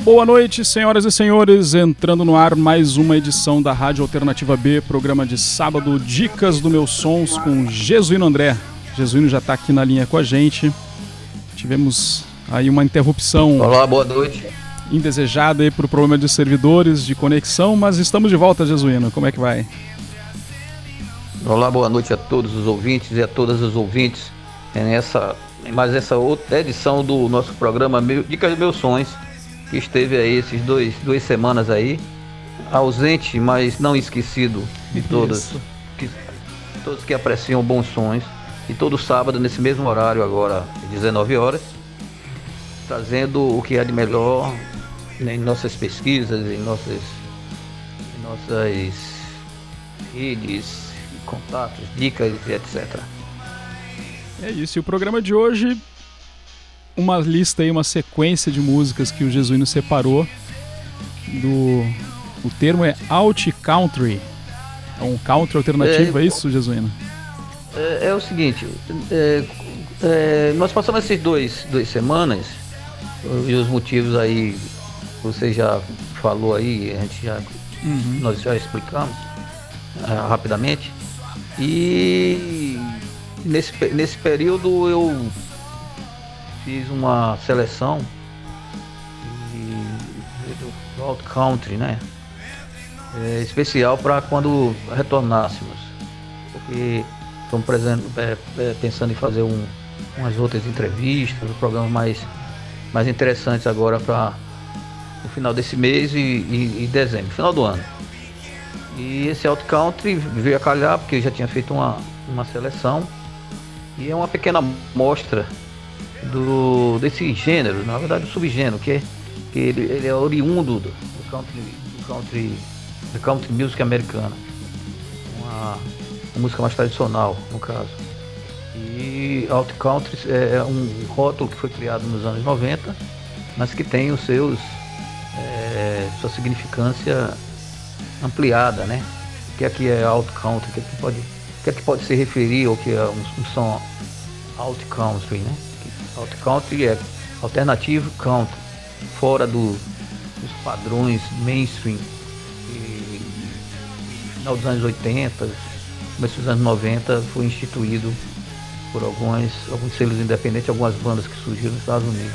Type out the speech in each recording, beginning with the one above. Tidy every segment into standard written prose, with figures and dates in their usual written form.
Boa noite, senhoras e senhores, entrando no ar mais uma edição da Rádio Alternativa B, programa de sábado, Dicas do Meus Sons com Jesuíno André. Jesuíno já está aqui na linha com a gente. Tivemos aí uma interrupção. Olá, boa noite. Indesejada aí por problema de servidores, de conexão, mas estamos de volta, Jesuíno. Como é que vai? Olá, boa noite a todos os ouvintes e a todas as ouvintes mais essa outra edição do nosso programa Dicas dos Meus Sons, que esteve aí esses duas semanas aí, ausente, mas não esquecido de todos que apreciam bons sons, e todo sábado nesse mesmo horário agora, 19 horas, trazendo o que há de melhor em nossas pesquisas, em nossas redes, contatos, dicas e etc. É isso, e o programa de hoje, uma lista aí, uma sequência de músicas que o Jesuíno separou. O termo é Alt Country. É um country alternativo, é isso, Jesuíno? É o seguinte, nós passamos essas duas semanas, e os motivos aí, você já falou aí, nós já explicamos rapidamente, e nesse período eu fiz uma seleção do Alt Country, né? Especial para quando retornássemos, porque estamos pensando em fazer umas outras entrevistas, programas mais interessantes agora para o final desse mês e dezembro, final do ano. E esse Alt Country veio a calhar porque eu já tinha feito uma seleção, e é uma pequena amostra desse gênero, na verdade do subgênero, que ele é oriundo do country music americana, uma música mais tradicional no caso. E Alt Country é um rótulo que foi criado nos anos 90, mas que tem sua significância ampliada, né? O que é Alt Country, o que pode se referir ao que é um som Alt Country, né? Alt Country é alternativo country, fora dos padrões mainstream. E no final dos anos 80, começo dos anos 90, foi instituído por alguns selos independentes, algumas bandas que surgiram nos Estados Unidos,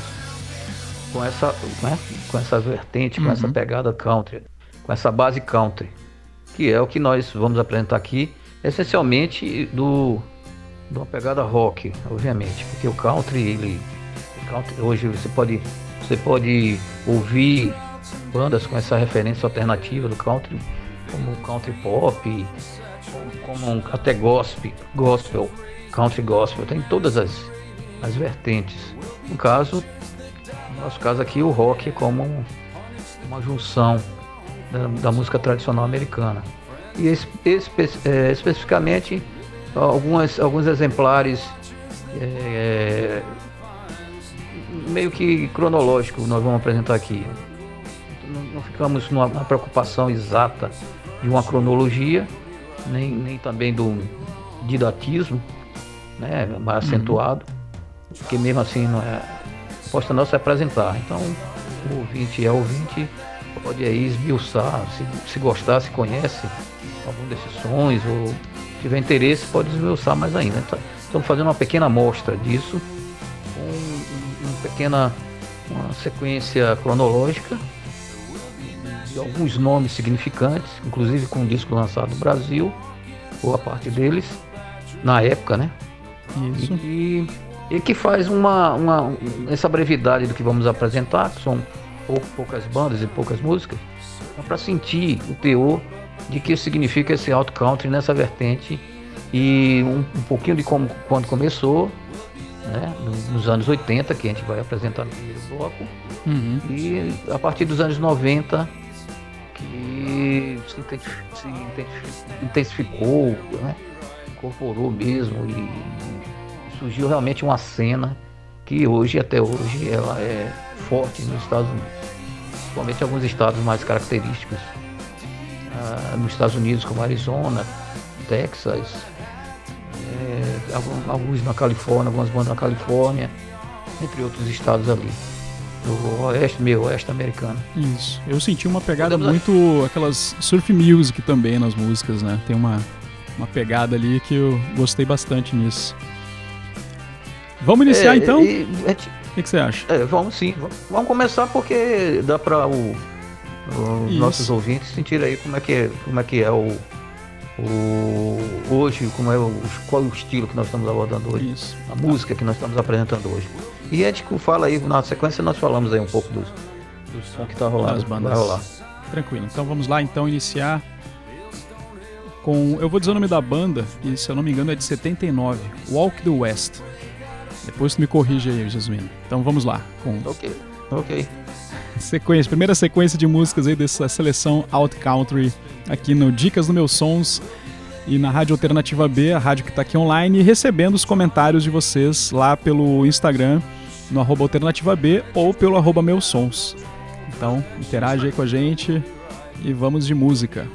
com essa vertente, com essa pegada country, com essa base country, que é o que nós vamos apresentar aqui, essencialmente de uma pegada rock, obviamente, porque o country hoje você pode ouvir bandas com essa referência alternativa do country, como country pop, como até gospel, country gospel, tem todas as vertentes. No nosso caso aqui, o rock é como uma junção da música tradicional americana. E especificamente alguns exemplares meio que cronológico nós vamos apresentar aqui. Não ficamos numa preocupação exata de uma cronologia, nem também do didatismo, né, mais acentuado, porque mesmo assim não é, a proposta nossa é apresentar. Então o ouvinte pode aí esmiuçar, se gostar, se conhece algum desses sons ou tiver interesse, pode esmiuçar mais ainda. Então, estamos fazendo uma pequena amostra disso, com uma sequência cronológica de alguns nomes significantes, inclusive com um disco lançado no Brasil, boa parte deles, na época, né? Isso. E que faz essa brevidade do que vamos apresentar, que são poucas bandas e poucas músicas, para sentir o teor de que significa esse Alt Country nessa vertente, e um pouquinho de quando começou, né, nos anos 80, que a gente vai apresentar no primeiro bloco, e a partir dos anos 90 que se intensificou, né, incorporou mesmo, e surgiu realmente uma cena que até hoje ela é forte nos Estados Unidos, principalmente em alguns estados mais característicos nos Estados Unidos, como Arizona, Texas, alguns na Califórnia, algumas bandas na Califórnia, entre outros estados ali. oeste americano. Isso. Eu senti uma pegada muito aquelas surf music também nas músicas, né? Tem uma pegada ali que eu gostei bastante nisso. Vamos iniciar então? O que você acha? Vamos sim. Vamos começar porque dá para os nossos ouvintes sentirem aí como é que é hoje, qual é o estilo que nós estamos abordando hoje. Isso. A música que nós estamos apresentando hoje. E Edico fala aí, na sequência nós falamos aí um pouco do som que tá rolando. As bandas. Vai rolar. Tranquilo. Então vamos lá então iniciar com... Eu vou dizer o nome da banda, e se eu não me engano é de 79. Walk the West. Depois tu me corrige aí, Jesuíno. Então vamos lá. Ok. Primeira sequência de músicas aí dessa seleção Out Country aqui no Dicas do Meus Sons e na Rádio Alternativa B, a rádio que está aqui online, recebendo os comentários de vocês lá pelo Instagram, no @alternativa_b ou pelo @meusons. Então, interage aí com a gente e vamos de música.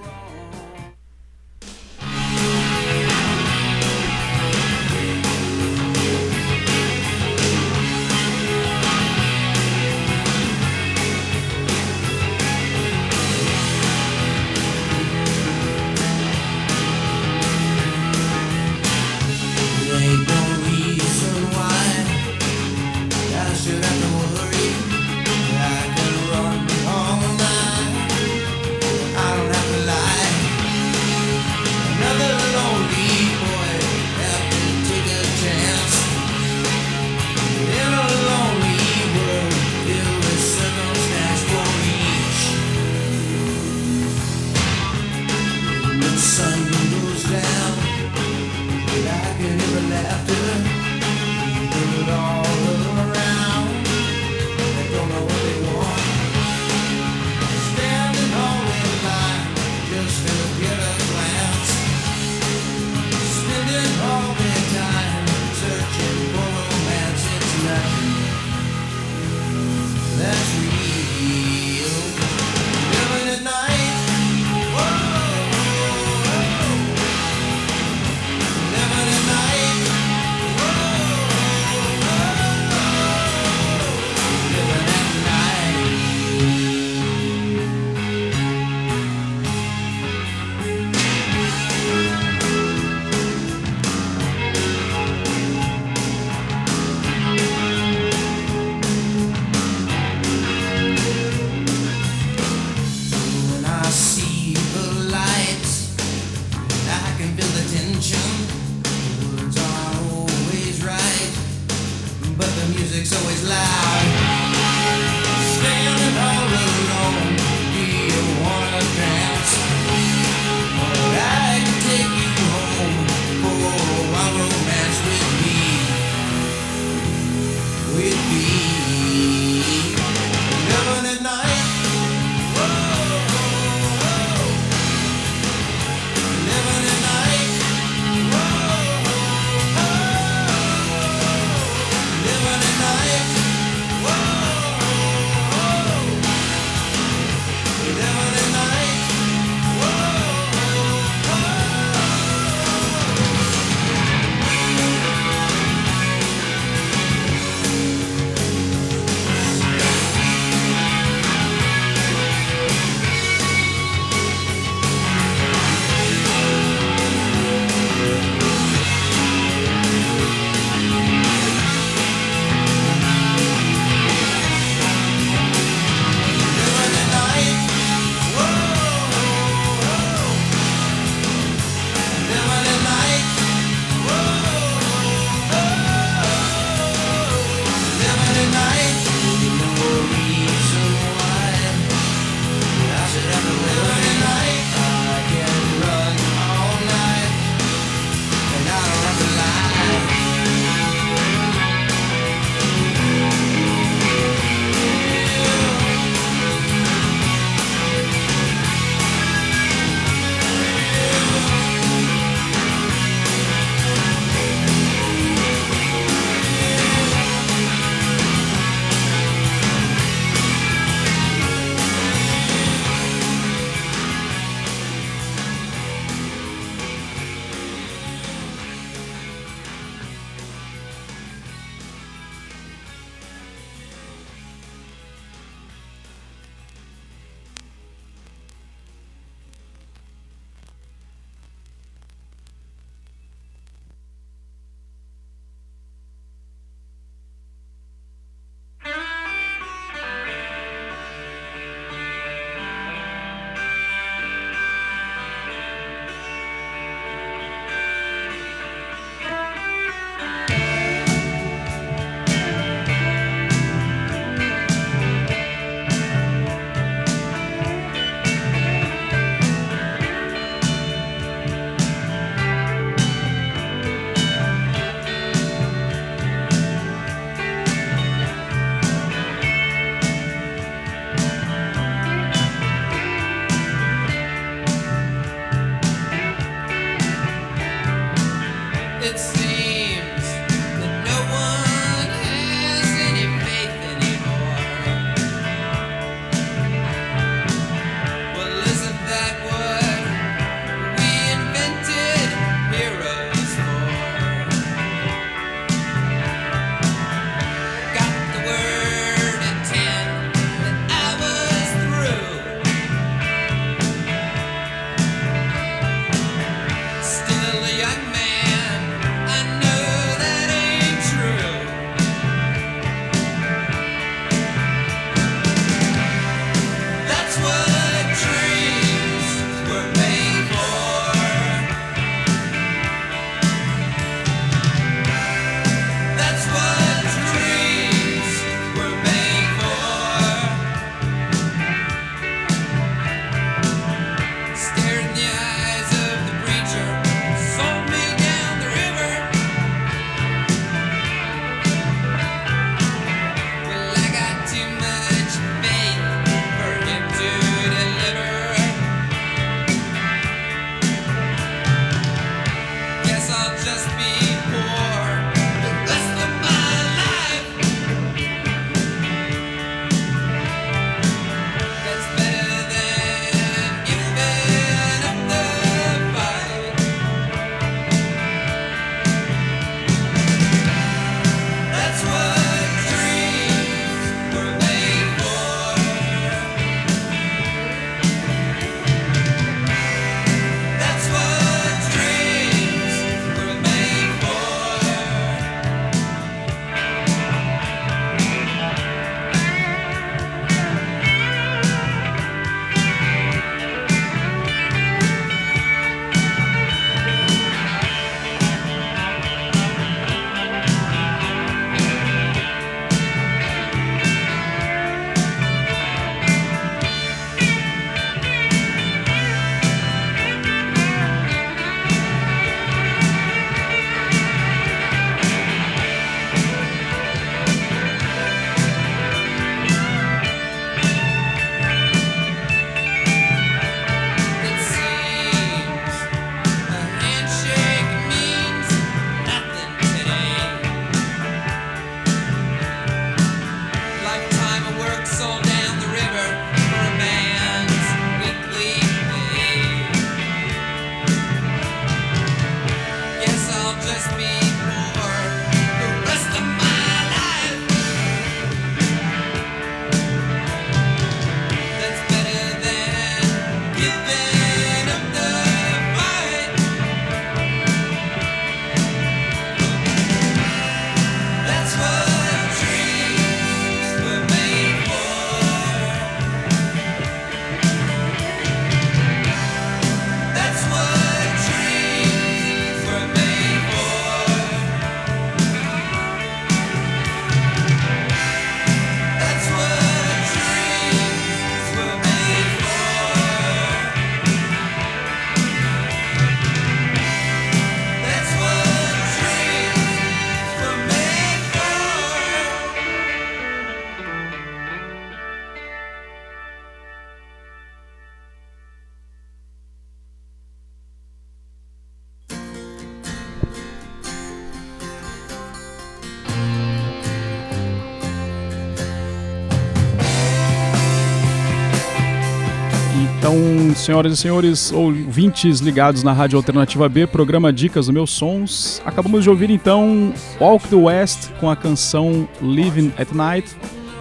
Então, senhoras e senhores, ouvintes ligados na Rádio Alternativa B, programa Dicas dos Meus Sons, acabamos de ouvir então Walk the West com a canção Living at Night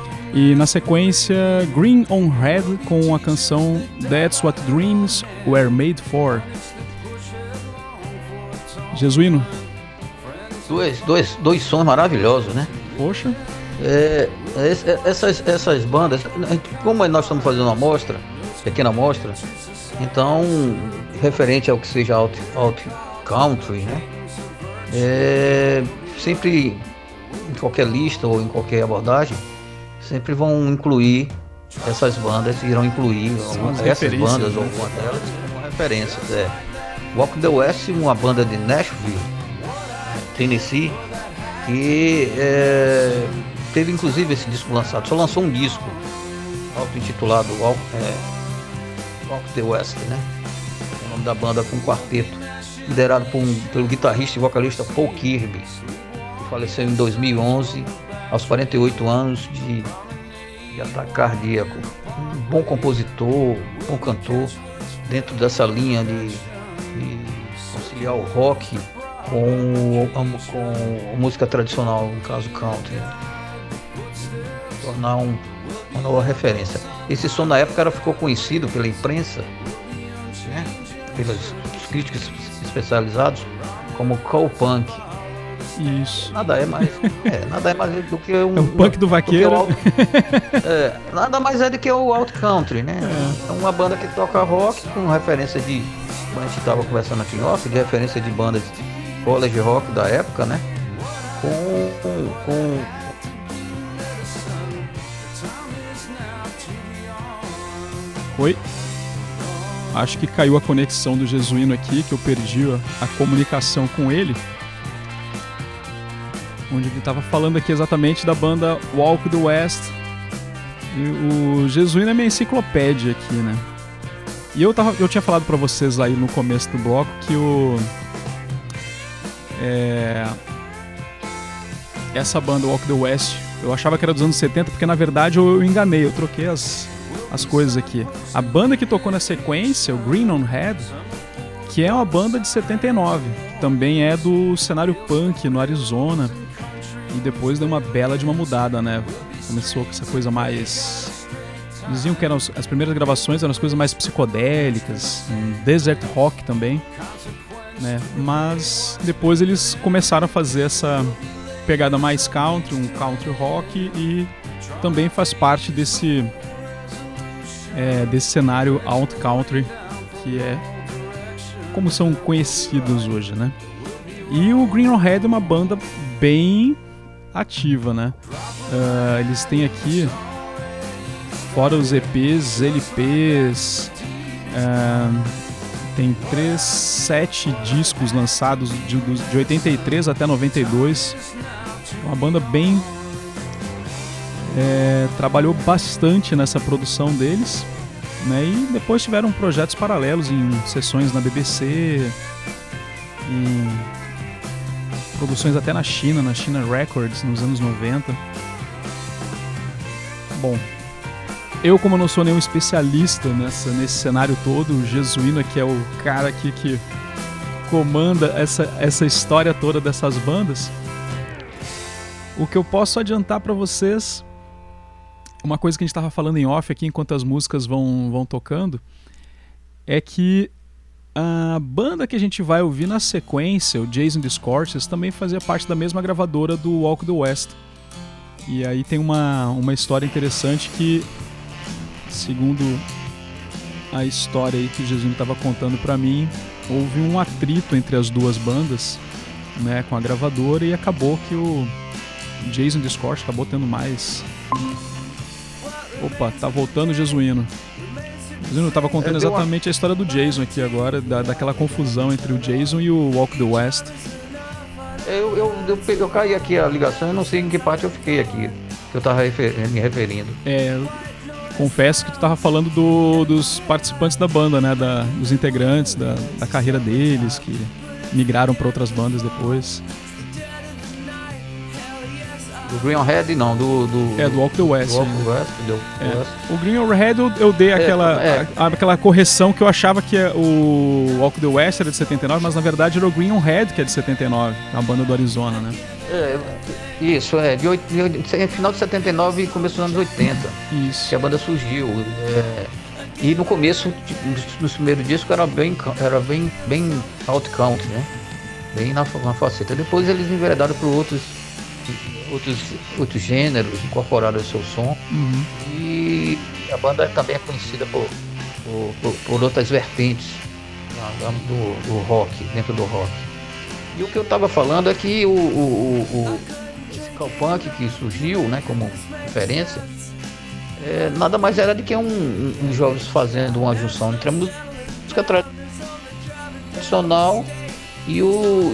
e na sequência Green on Red com a canção That's What Dreams Were Made For. Jesuíno. Dois sons maravilhosos, né? Poxa. Essas bandas, como nós estamos fazendo uma amostra, pequena amostra, então, referente ao que seja alt country, né? Sempre, em qualquer lista ou em qualquer abordagem, sempre vão incluir essas bandas, irão incluir essas bandas, né? Ou alguma delas como referências. Walk the West, uma banda de Nashville, Tennessee, que teve inclusive esse disco lançado, só lançou um disco auto-intitulado Walk the West, né? nome da banda, com um quarteto, liderado pelo guitarrista e vocalista Paul Kirby, que faleceu em 2011, aos 48 anos de ataque cardíaco. Um bom compositor, bom cantor, dentro dessa linha de conciliar o rock com música tradicional, no caso country, tornar uma nova referência. Esse som na época ficou conhecido pela imprensa, né, pelos críticos especializados, como coal punk. Isso. Nada é mais do que um punk do vaqueiro. Nada mais é do que o alt country, né? É uma banda que toca rock com referência de, como a gente estava conversando aqui em off, de referência de bandas de college rock da época, né? Oi? Acho que caiu a conexão do Jesuíno aqui, que eu perdi a comunicação com ele. Onde ele estava falando aqui exatamente da banda Walk the West. E o Jesuíno é minha enciclopédia aqui, né? E eu tinha falado para vocês aí no começo do bloco que essa banda Walk the West, eu achava que era dos anos 70, porque na verdade eu enganei, eu troquei as coisas aqui. A banda que tocou na sequência, o Green on Red, que é uma banda de 79, que também é do cenário punk no Arizona, e depois deu uma bela de uma mudada, né? Começou com essa coisa mais... Diziam que eram as primeiras gravações eram as coisas mais psicodélicas, um desert rock também, né? Mas depois eles começaram a fazer essa pegada mais country, um country rock, e também faz parte desse cenário alt country, que é como são conhecidos hoje, né? E o Green on Red é uma banda bem ativa, né? Eles têm aqui, fora os EPs, LPs, tem 7 discos lançados de 83 até 92. Uma banda bem... trabalhou bastante nessa produção deles, né? E depois tiveram projetos paralelos em sessões na BBC, em produções até na China Records, nos anos 90. Bom, eu, como não sou nenhum especialista nesse cenário todo, o Jesuíno aqui é o cara aqui que comanda essa história toda dessas bandas. O que eu posso adiantar para vocês, uma coisa que a gente estava falando em off aqui enquanto as músicas vão tocando, é que a banda que a gente vai ouvir na sequência, o Jason Discourses, também fazia parte da mesma gravadora do Walk the West. E aí tem uma história interessante que, segundo a história aí que o Jesus estava contando para mim, houve um atrito entre as duas bandas, né, com a gravadora, e acabou que o Jason Discourses acabou tendo mais... Opa, tá voltando o Jesuíno. Eu estava contando exatamente a história do Jason aqui agora, daquela confusão entre o Jason e o Walk the West. Eu caí aqui a ligação, eu não sei em que parte eu fiquei aqui, que eu estava me referindo. Confesso que tu estava falando dos participantes da banda, né, dos integrantes, da carreira deles, que migraram para outras bandas depois. Do Green on Red, não, do Walk the West. Do Walk the West, O Green on Red eu dei aquela correção que eu achava que o Walk the West era de 79, mas na verdade era o Green on Red que é de 79, a banda do Arizona, né? Isso, de final de 79 e começo dos anos 80. Isso. Que a banda surgiu. E no começo, nos primeiros discos, era bem alt country, né? Bem na faceta. Depois eles enveredaram por outros gêneros, incorporaram o seu som. Uhum. E a banda também é conhecida por outras vertentes do rock, dentro do rock. E o que eu estava falando é que esse cowpunk que surgiu, né, como referência, nada mais era do que uns jovens fazendo uma junção entre a música tradicional e o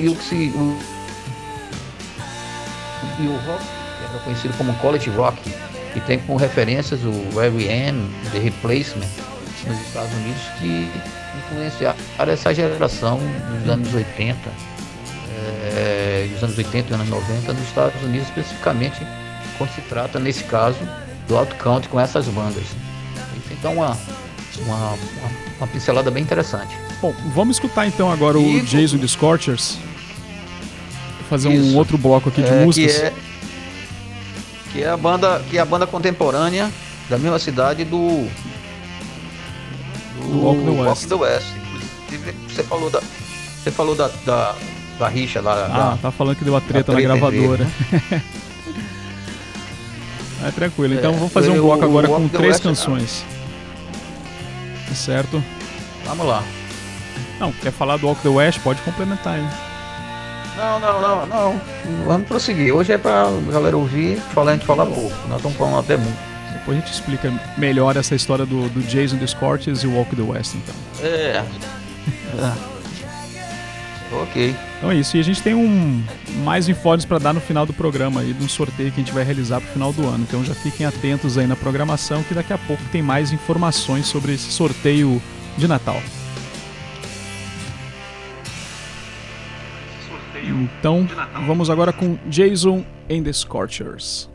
rock, que era conhecido como college rock, que tem como referências o R.E.M., The Replacement, nos Estados Unidos que influenciaram essa geração dos anos 80, dos anos 80 e anos 90 nos Estados Unidos, especificamente quando se trata, nesse caso, do alto country com essas bandas. Então, uma pincelada bem interessante. Bom, vamos escutar então agora o Jason the Scorchers. Vou fazer um outro bloco aqui de músicas. Que é a banda contemporânea da mesma cidade do Walk the West. Inclusive, você falou da rixa lá. Tá falando que deu a treta na gravadora. Né? É tranquilo, então vamos fazer um bloco agora com 3 canções. Certo? Vamos lá. Não, quer falar do Walk the West? Pode complementar aí. Não. Vamos prosseguir. Hoje é pra galera ouvir, a gente falar pouco. Nós estamos falando até muito. Depois a gente explica melhor essa história do Jason the Scorchers e o Walk the West, então. Ok. Então é isso. E a gente tem mais informes para dar no final do programa aí, de um sorteio que a gente vai realizar pro final do ano. Então já fiquem atentos aí na programação, que daqui a pouco tem mais informações sobre esse sorteio de Natal. Então, vamos agora com Jason and the Scorchers.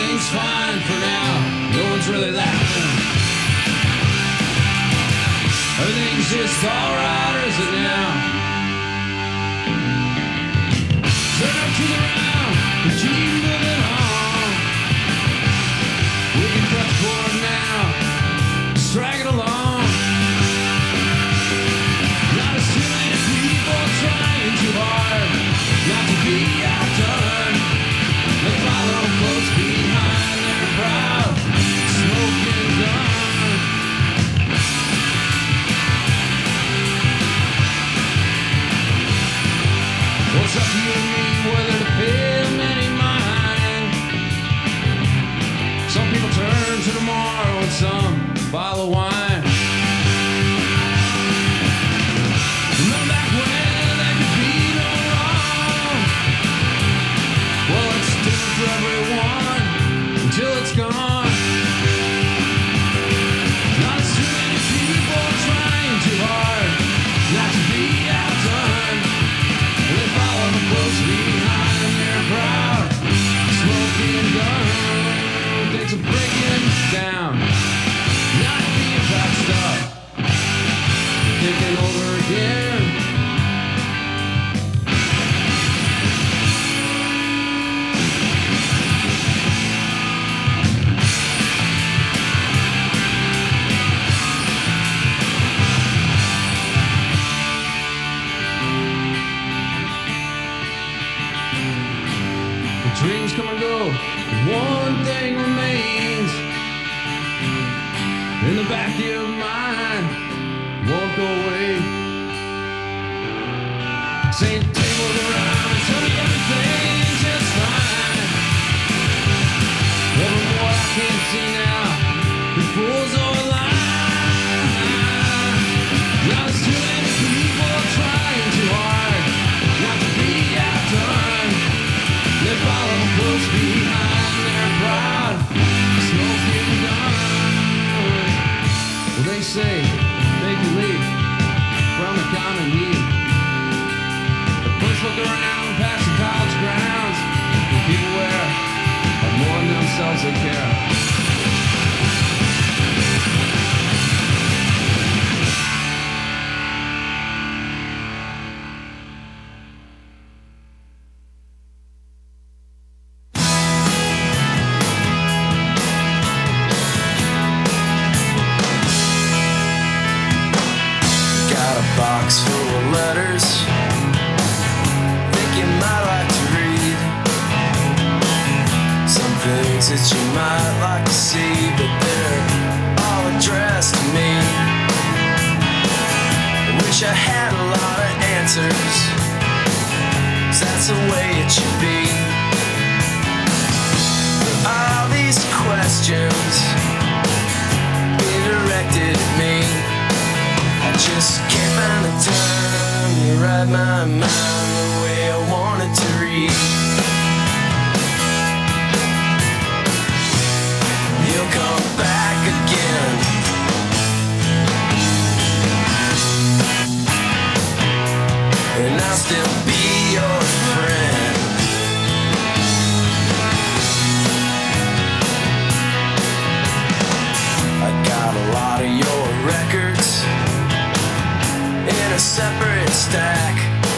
Everything's fine for now. No one's really laughing. Everything's just alright, or is it now? Turn up to the round, and keep moving on. We can cut the cord now, just drag it along. Not as too many people trying too hard not to be outdone. They follow close behind their proud smoking gun. Well, it's up to you and me whether to pay them any mind. Some people turn to tomorrow and some bottle of wine. Remember back when there could be no wrong. Well, it's different for everyone until it's gone. Not as too many people trying too hard not to be outdone. They follow them close behind their proud smoking gun. Things are breaking down, not being patched up, thinking over again. Dreams come and go, one thing remains in the back of your mind, won't go away. Same tables around and tell me everything's just fine. Well, from what I can see now, the fools are lying. Now there's too many people trying too hard not to be outdone. They follow close behind their proud smoking gun. Well, they say they can leave from the common need. But first look around past the college grounds. The people there are more than themselves they care. Box full of letters, think you might like to read. Some things that you might like to see, but they're all addressed to me. I wish I had a lot of answers, 'cause that's the way it should be. But all these questions being directed at me, I just can't find the time to write my mind the way I want it to read. You'll come back again, and I'll still be your friend. I got a lot of your records in a separate stack.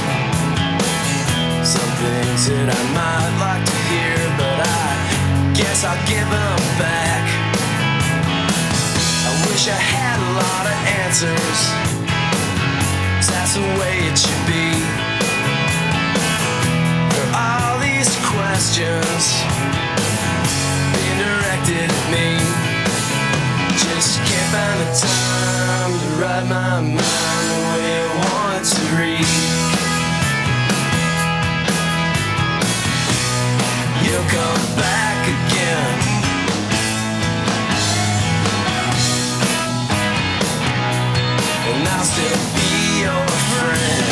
Some things that I might like to hear, but I guess I'll give them back. I wish I had a lot of answers, 'cause that's the way it should be. For all these questions being directed at me, just can't find the time to write my mind the way I want to read. You'll come back again, and I'll still be your friend.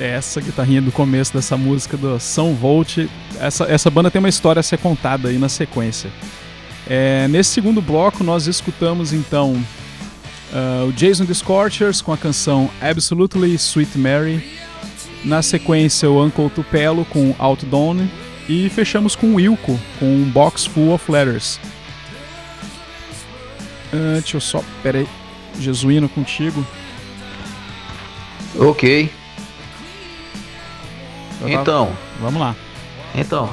Essa guitarrinha do começo dessa música do São Volt, essa banda tem uma história a ser contada aí na sequência. Nesse segundo bloco nós escutamos então o Jason the Scorchers com a canção Absolutely Sweet Mary, na sequência o Uncle Tupelo com Outdone e fechamos com o Wilco com um Box Full of Letters. Deixa eu só, peraí, Jesuíno contigo. Ok. Então, vamos lá. Então,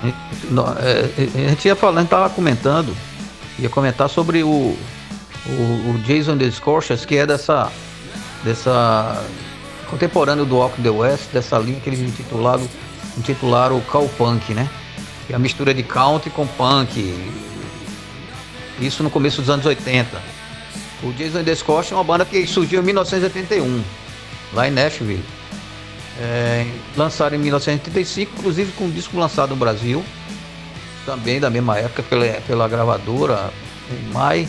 a gente ia comentar sobre o Jason the Scorchers, que é dessa contemporâneo do Walk the West, dessa linha que eles intitularam Cowpunk, né? Que é a mistura de country com punk. Isso no começo dos anos 80. O Jason the Scorchers é uma banda que surgiu em 1981, lá em Nashville. Lançaram em 1985, inclusive com um disco lançado no Brasil, também da mesma época, pela gravadora EMI.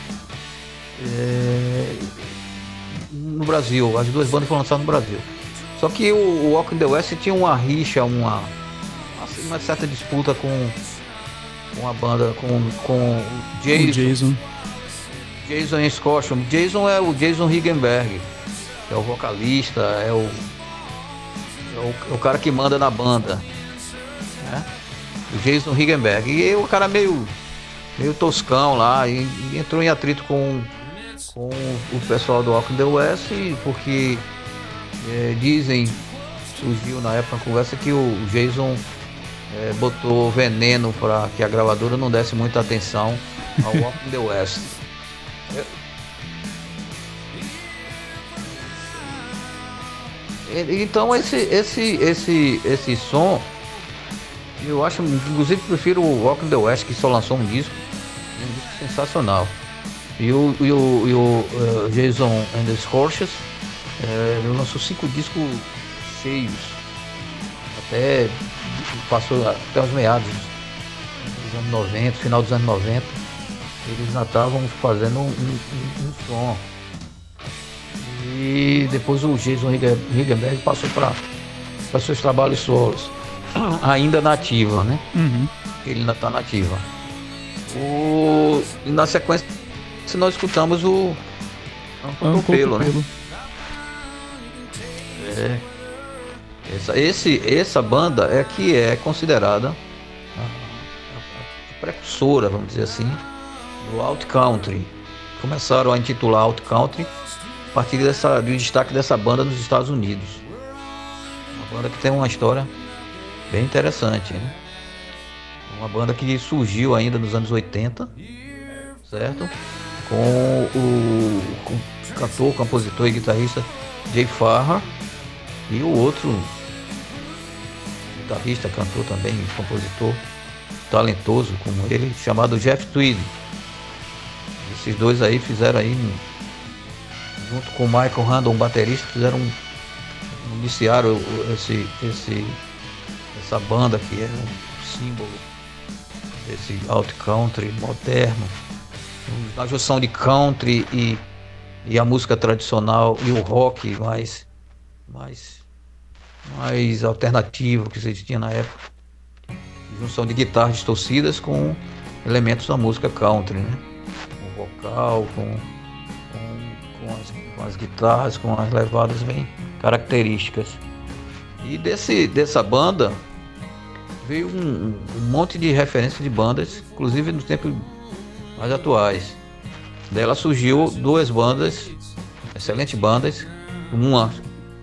No Brasil, as duas bandas foram lançadas no Brasil. Só que o Walk the West tinha uma rixa, uma certa disputa com a banda, com o Jason Scorchers. Jason é o Jason Higgenberg, é o vocalista, é o cara que manda na banda, né? O Jason Higgenberg. E o cara meio toscão lá, e entrou em atrito com o pessoal do Walk the West, porque surgiu na época uma conversa que o Jason botou veneno para que a gravadora não desse muita atenção ao Walk the West. Então esse som, eu acho, inclusive prefiro o Walk the West, que só lançou um disco sensacional. E o Jason and the Scorchers lançou 5 discos cheios, passou até os meados dos anos 90, final dos anos 90, eles já estavam fazendo um som. E depois o Jason Higgenberg passou para seus trabalhos solos, ainda na ativa, né? Uhum. Ele ainda está na ativa. E na sequência nós escutamos o Uncle Tupelo, né? Essa banda que é considerada a precursora, vamos dizer assim, do Alt Country. Começaram a intitular Alt Country a partir do destaque dessa banda nos Estados Unidos. Uma banda que tem uma história bem interessante, né? Uma banda que surgiu ainda nos anos 80, certo? Com o cantor, compositor e guitarrista Jay Farrar, e o outro guitarrista, cantor também, compositor talentoso como ele, chamado Jeff Tweedy. Esses dois aí fizeram aí, junto com o Michael Randall, um baterista, iniciaram essa banda que é um símbolo desse alt country moderno, a junção de country e a música tradicional e o rock mais alternativo que se tinha na época. Junção de guitarras distorcidas com elementos da música country, né? Com vocal, com as guitarras, com as levadas bem características. E dessa banda veio um monte de referências de bandas, inclusive nos tempos mais atuais. Dela surgiu 2 bandas, excelentes bandas, uma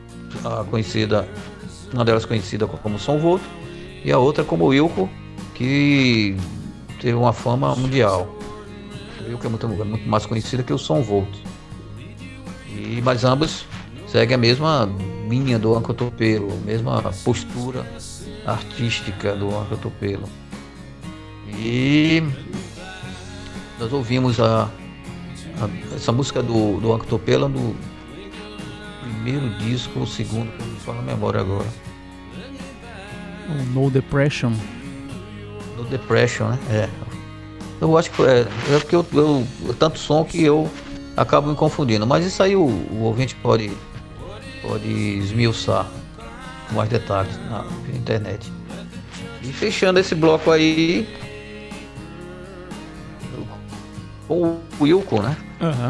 delas conhecida como São Volt e a outra como Wilco, que teve uma fama mundial. O Wilco é muito mais conhecida que o São Volt. Mas ambos seguem a mesma linha do Uncle Tupelo, a mesma postura artística do Uncle Tupelo. E nós ouvimos essa música do Uncle Tupelo no primeiro disco, o segundo, que eu não falo na memória agora. No Depression. No Depression, né? Eu acho que é porque eu tanto som que eu acabo me confundindo. Mas isso aí o ouvinte pode esmiuçar. mais detalhes na internet. E fechando esse bloco aí, o Wilco, né? Aham.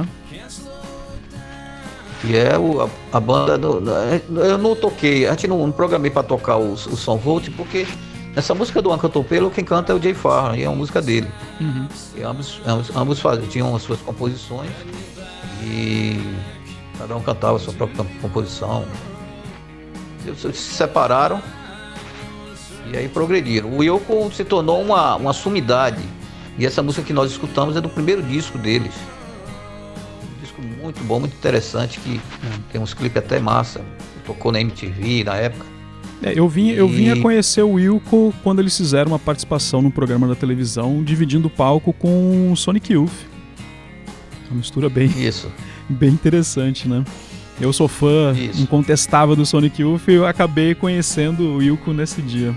Que é a banda eu não toquei, a gente não programei para tocar o Som Volt, porque essa música do Uncle Tupelo, quem canta é o Jay Farrar, e é uma música dele. Uhum. E ambos tinham as suas composições e cada um cantava a sua própria composição. Eles se separaram e aí progrediram. O Wilco se tornou uma sumidade, e essa música que nós escutamos é do primeiro disco deles. Muito bom, muito interessante, que tem uns clipes até massa. Tocou na MTV na época. Eu vim a conhecer o Wilco quando eles fizeram uma participação num programa da televisão, dividindo o palco com o Sonic Youth. Uma mistura bem interessante, né? Eu sou fã incontestável do Sonic Youth e eu acabei conhecendo o Wilco nesse dia.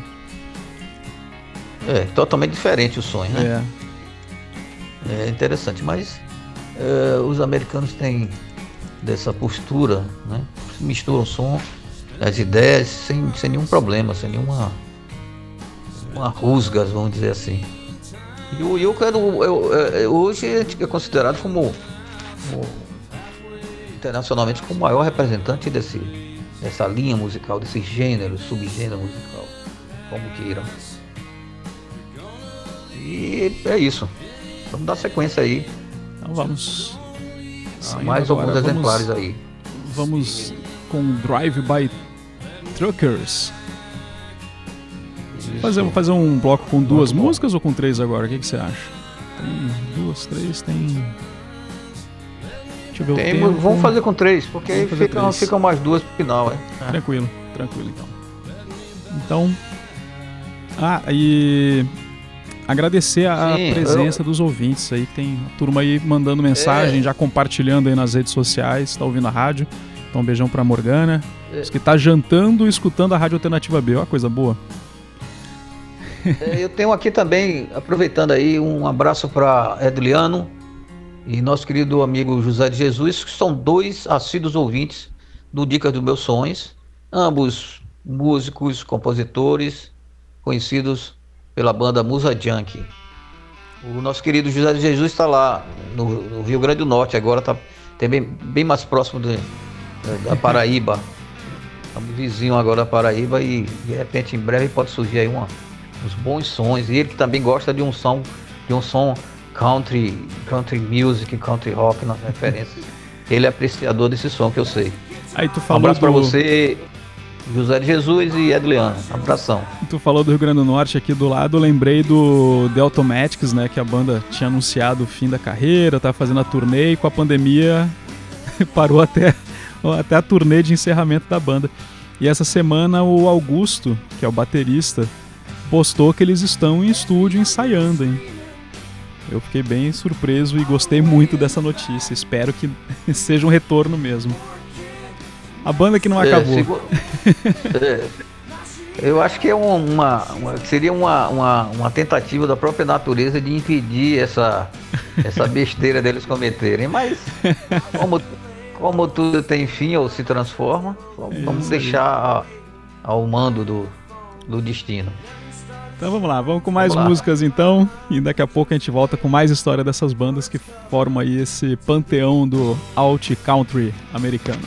É, totalmente diferente o sonho, né? É interessante, mas os americanos têm dessa postura, né? Misturam o som, as ideias sem nenhum problema, sem nenhuma rusga, vamos dizer assim. E o Wilco hoje é considerado como internacionalmente como o maior representante dessa linha musical, desse gênero, subgênero musical, como queiram. E é isso. Vamos dar sequência aí. Então vamos. Mais alguns exemplares aí. Vamos com Drive by Truckers. Fazer um bloco com duas músicas ou com três agora? O que você acha? Tem duas, três, tem. Deixa eu ver o tempo. Vamos fazer com três, porque aí ficam mais duas pro final, Tranquilo então. Então. E agradecer a presença dos ouvintes aí, que tem a turma aí mandando mensagem, já compartilhando aí nas redes sociais, tá ouvindo a rádio. Então um beijão pra Morgana. Os que tá jantando e escutando a Rádio Alternativa B, ó, coisa boa. Eu tenho aqui também, aproveitando aí, um abraço para Edliano e nosso querido amigo José de Jesus, que são dois assíduos ouvintes do Dicas dos Meus Sonhos, ambos músicos, compositores, conhecidos pela banda Musa Junkie. O nosso querido José de Jesus está lá no Rio Grande do Norte, agora está bem mais próximo da Paraíba. Estamos vizinhos agora da Paraíba e de repente em breve pode surgir aí uns bons sons. E ele que também gosta de um som country music, country rock nas referências. Ele é apreciador desse som, que eu sei. Aí tu falou um abraço para você, José de Jesus e Edliano. Abração. Tu falou do Rio Grande do Norte aqui do lado, eu lembrei do The Automatics, né, que a banda tinha anunciado o fim da carreira, tava fazendo a turnê e com a pandemia parou até a turnê de encerramento da banda. E essa semana o Augusto, que é o baterista, postou que eles estão em estúdio ensaiando, hein? Eu fiquei bem surpreso e gostei muito dessa notícia. Espero que seja um retorno mesmo. A banda que não acabou. Eu acho que é seria uma tentativa da própria natureza de impedir essa besteira deles cometerem. Mas como tudo tem fim ou se transforma, vamos deixar ao mando do destino. Então vamos lá, vamos com mais músicas então, e daqui a pouco a gente volta com mais história dessas bandas que formam aí esse panteão do alt country americano.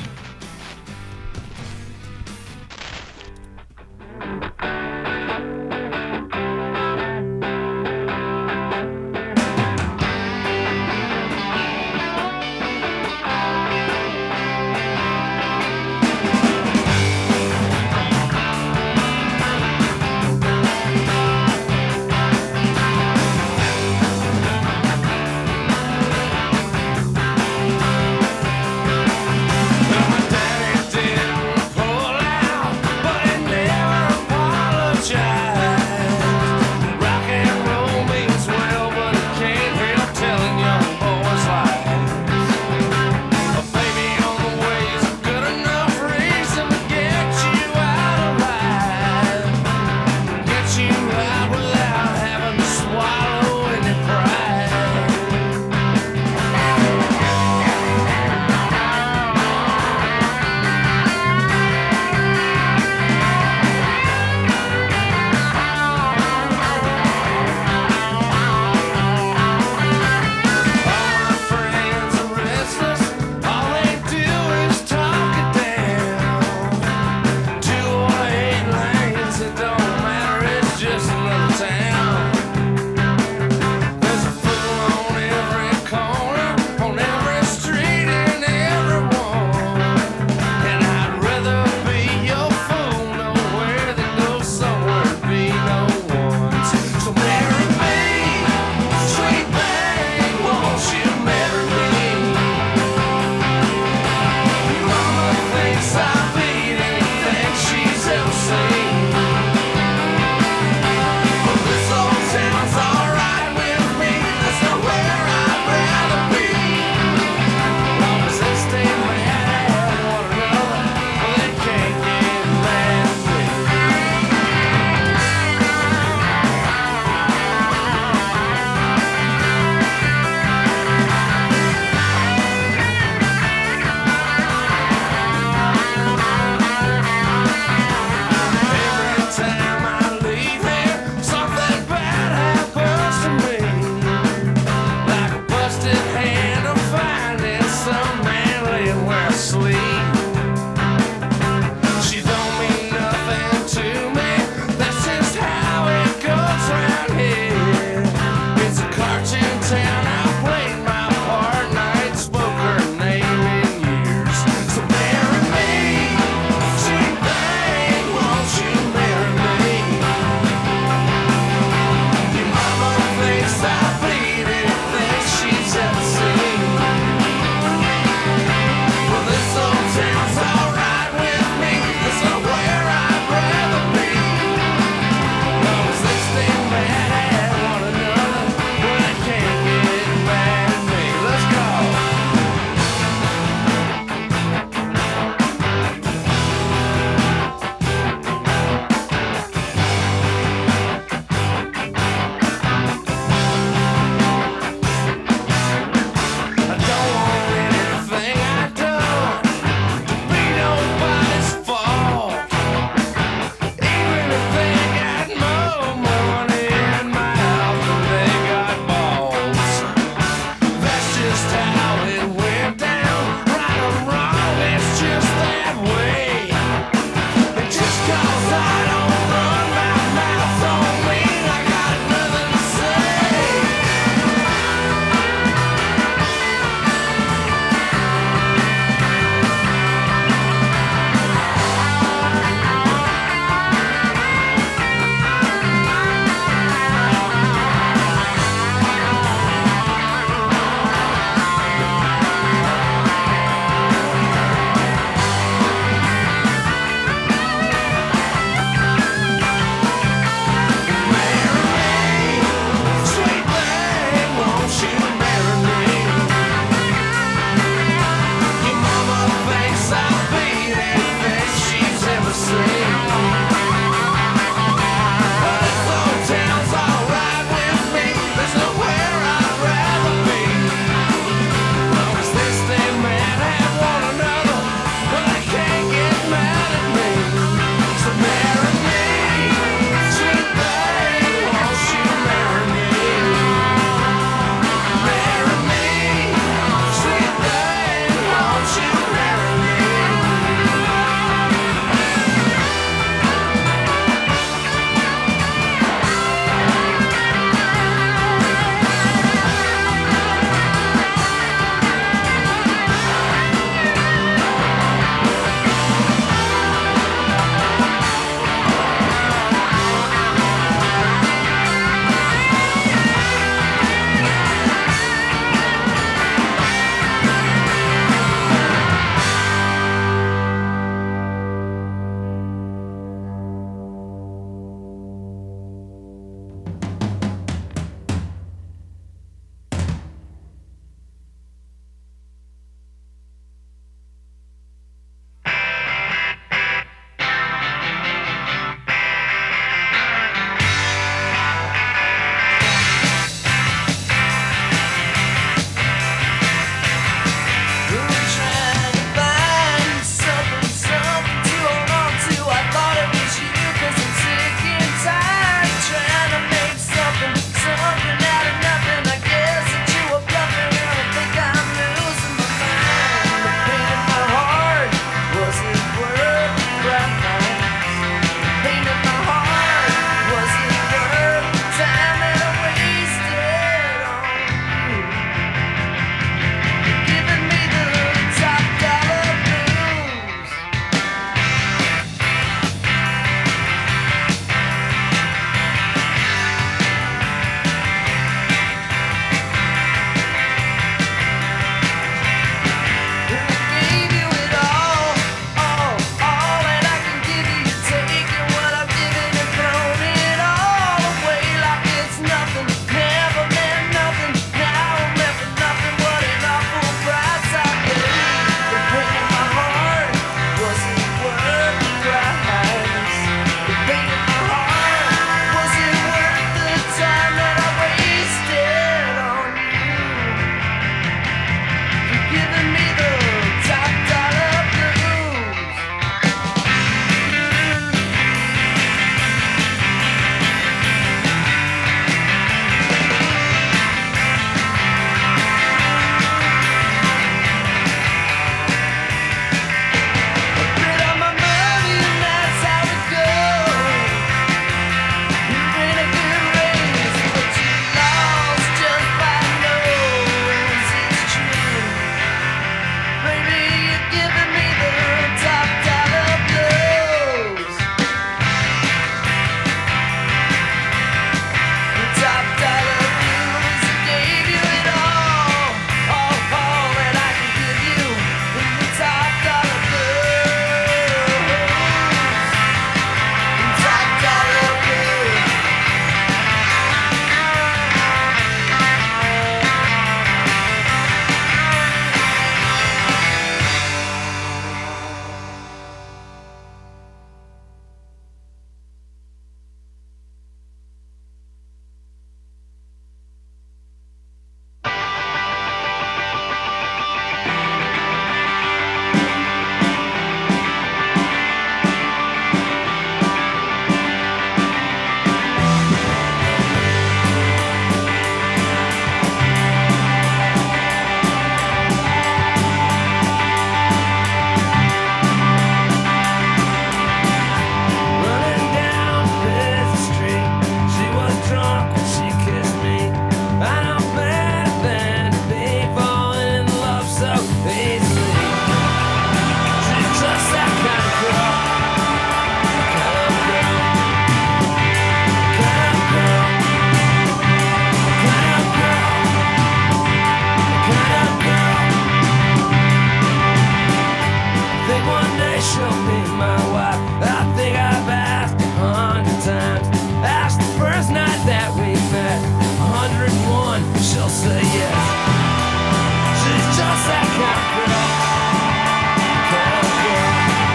think one day she'll be my wife. I think I've asked 100 times. Asked the first night that we met. 101, she'll say yes. She's just that kind of girl. Kind of girl.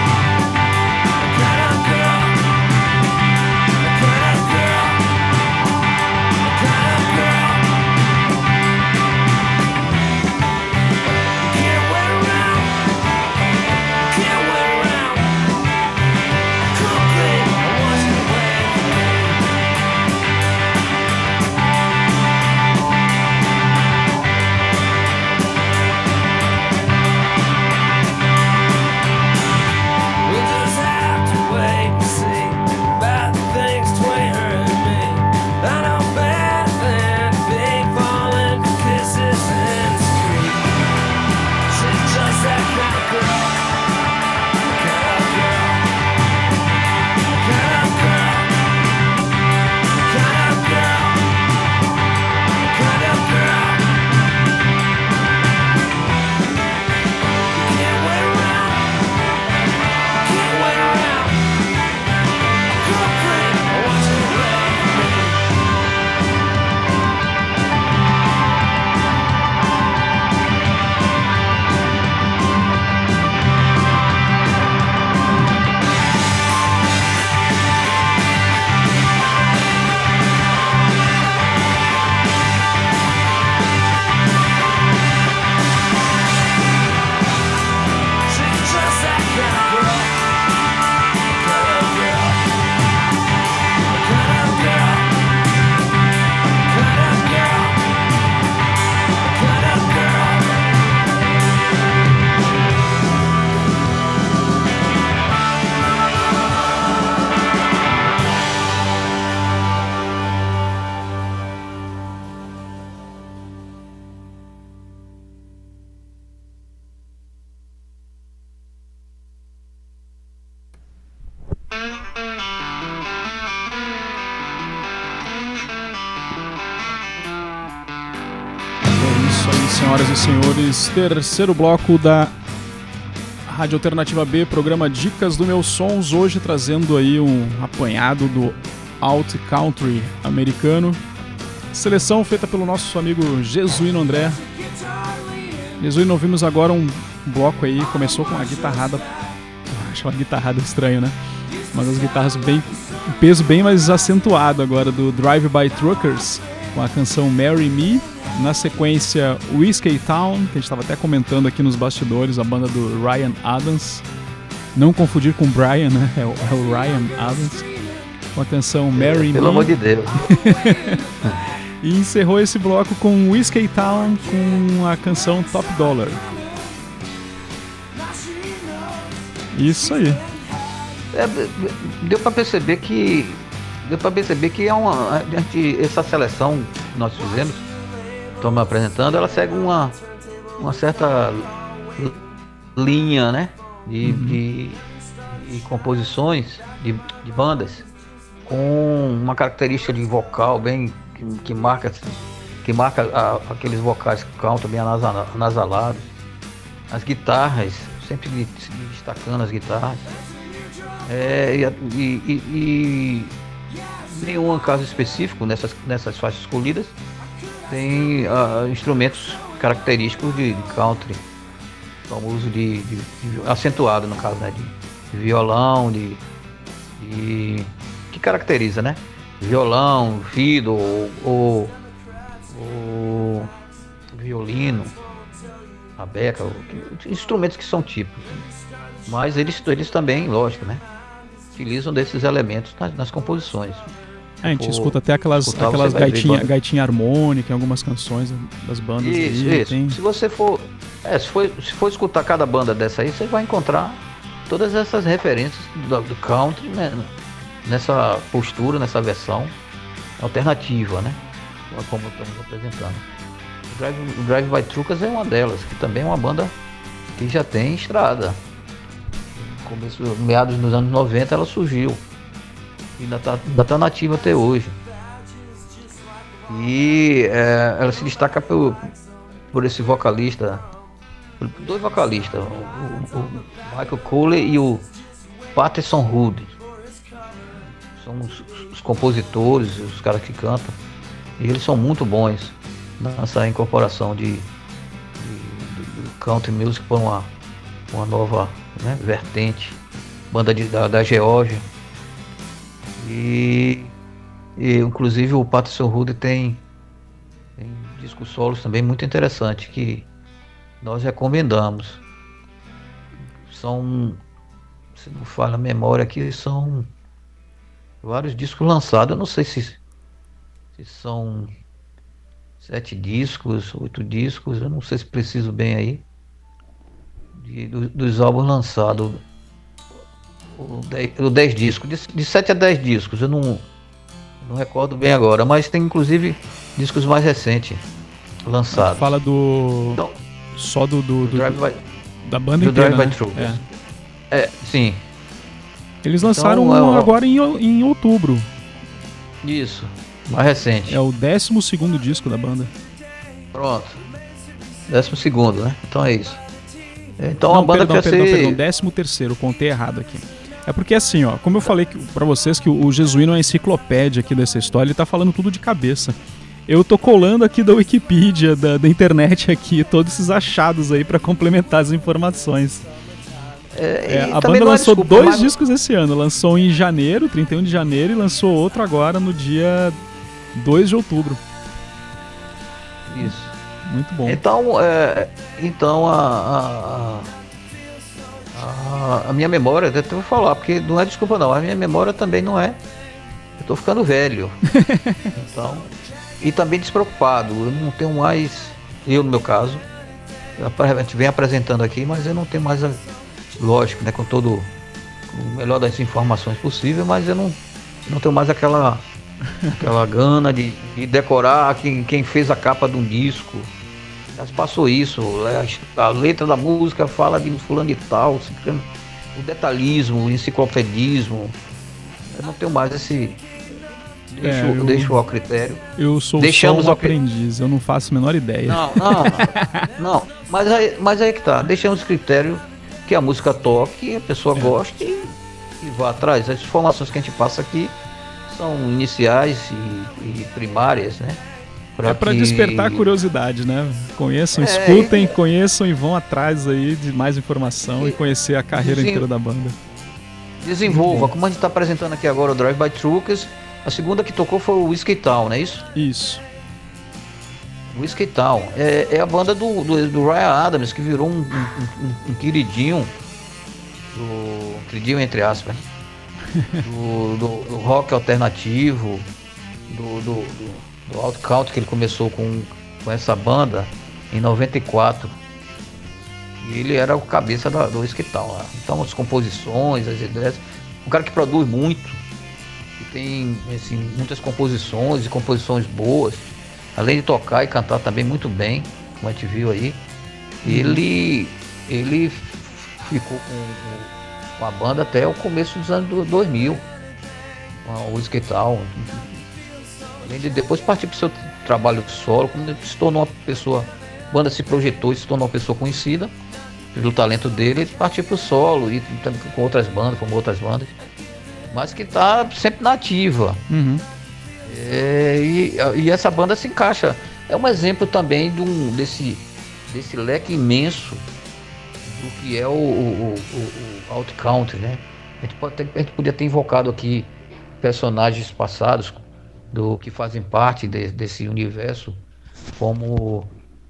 Kind of girl. Kind of girl. Kind of girl. Can't wait around. Can't wait around. Cool clean. I want you to wait for me. We'll just have to wait and see about the things between her and me. I know better than big falling for kisses in the street. She's just that kind of girl. Kind of girl. Kind of girl. Kind of girl. Kind of girl. Can't wait around. Can't wait around. Cool creep, I want you to wait for me. She's just that kind of girl. Kind of girl. Kind of girl. Kind of girl. Kind of girl. É isso aí, senhoras e senhores. Terceiro bloco da Rádio Alternativa B, programa Dicas do Meus Sons. Hoje trazendo aí um apanhado do Alt Country americano. Seleção feita pelo nosso amigo Jesuíno André. Jesuíno, ouvimos agora um bloco aí. Começou com uma guitarrada. Acho uma guitarrada estranho, né? Uma das guitarras bem. Um peso bem mais acentuado agora do Drive By Truckers, com a canção Marry Me. Na sequência, Whiskey Town, que a gente estava até comentando aqui nos bastidores, a banda do Ryan Adams. Não confundir com Brian, né? É o Ryan Adams. Com a canção Marry Me. Pelo amor de Deus. E encerrou esse bloco com Whiskey Town, com a canção Top Dollar. Isso aí. Deu para perceber que é essa seleção que nós fizemos, estamos apresentando, ela segue uma certa linha, né, de composições de bandas com uma característica de vocal bem que marca aqueles vocais country bem anasalados, as guitarras sempre destacando as guitarras. E nenhum caso específico nessas faixas escolhidas tem instrumentos característicos de country, com o uso de acentuado, no caso, né, de violão, que caracteriza, né? Violão, fiddle ou violino, a beca, instrumentos que são típicos. Mas eles também, lógico, né, utilizam desses elementos nas composições. A gente escuta até aquelas gaitinha harmônica em algumas canções das bandas. Isso. Tem... Se for escutar cada banda dessa aí, você vai encontrar todas essas referências do country, né, nessa postura, nessa versão alternativa, né, como estamos apresentando. O Drive By Truckers é uma delas, que também é uma banda que já tem estrada. Meados dos anos 90 ela surgiu. Ainda tá nativa até hoje. E ela se destaca por esse vocalista dois vocalistas, o Michael Cooley e o Patterson Hood. São os compositores, os caras que cantam. E eles são muito bons nessa incorporação do country music para uma nova, né, vertente. Banda da Geórgia. E inclusive o Patterson Hood tem discos solos também muito interessantes que nós recomendamos. São, se não falha a memória aqui, são vários discos lançados. Eu não sei se são 7 discos, 8 discos, eu não sei se preciso bem aí dos álbuns lançados. O 10 discos, de 7 a 10 discos, eu não recordo bem agora, mas tem inclusive discos mais recentes lançados. Fala do. Então, só do da banda do inteira, Drive né? by Truckers. Sim. Eles lançaram Então, agora em outubro. Isso, mais recente. É o 12º disco da banda. Pronto. 12º, né? Então é isso. Então Não, a banda quer ser... 13º, contei errado aqui. É porque assim, ó, como eu falei pra vocês que o Jesuíno é a enciclopédia aqui dessa história, ele tá falando tudo de cabeça. Eu tô colando aqui da Wikipedia, da internet aqui, todos esses achados aí pra complementar as informações. A banda lançou 2 discos esse ano, lançou em janeiro, 31 de janeiro, e lançou outro agora no dia 2 de outubro. Isso. Muito bom. Então a minha memória, até vou falar, porque não é desculpa não, a minha memória também não é. Eu tô ficando velho. Então, e também despreocupado. Eu não tenho mais, eu no meu caso, a gente vem apresentando aqui, mas eu não tenho mais, lógico, né, com o melhor das informações possível, mas eu não tenho mais aquela gana de decorar quem fez a capa de um disco. Já passou isso, a letra da música fala de fulano e tal, o detalhismo, o enciclopedismo. Eu não tenho mais esse... Deixo ao critério. Eu sou só um aprendiz, eu não faço a menor ideia. Não. Mas aí que tá. Deixamos o critério que a música toque, a pessoa goste e vá atrás. As informações que a gente passa aqui são iniciais e primárias, né? Para despertar a curiosidade, né? Conheçam, escutem, conheçam e vão atrás aí de mais informação e conhecer a carreira inteira da banda. Desenvolva, como a gente está apresentando aqui agora o Drive by Truckers, a segunda que tocou foi o Whiskey Town, não é isso? Isso. Whiskey Town é a banda do Ryan Adams, que virou um queridinho, queridinho entre aspas, do rock alternativo, do alt country, que ele começou com essa banda em 94. E ele era o cabeça do Whiskey Town lá. Então as composições, as ideias, um cara que produz muito, que tem assim, muitas composições e composições boas, além de tocar e cantar também muito bem, como a gente viu aí. Ele ficou com a banda até o começo dos anos 2000, com o Whiskey Town. Além de depois partir para o seu trabalho solo, quando ele se tornou uma pessoa, a banda se projetou e se tornou uma pessoa conhecida pelo talento dele, ele partiu para o solo e também com outras bandas, mas que está sempre na ativa. E essa banda se encaixa, é um exemplo também desse leque imenso do que é o alt country, né? A gente podia ter invocado aqui personagens passados do que fazem parte desse universo, como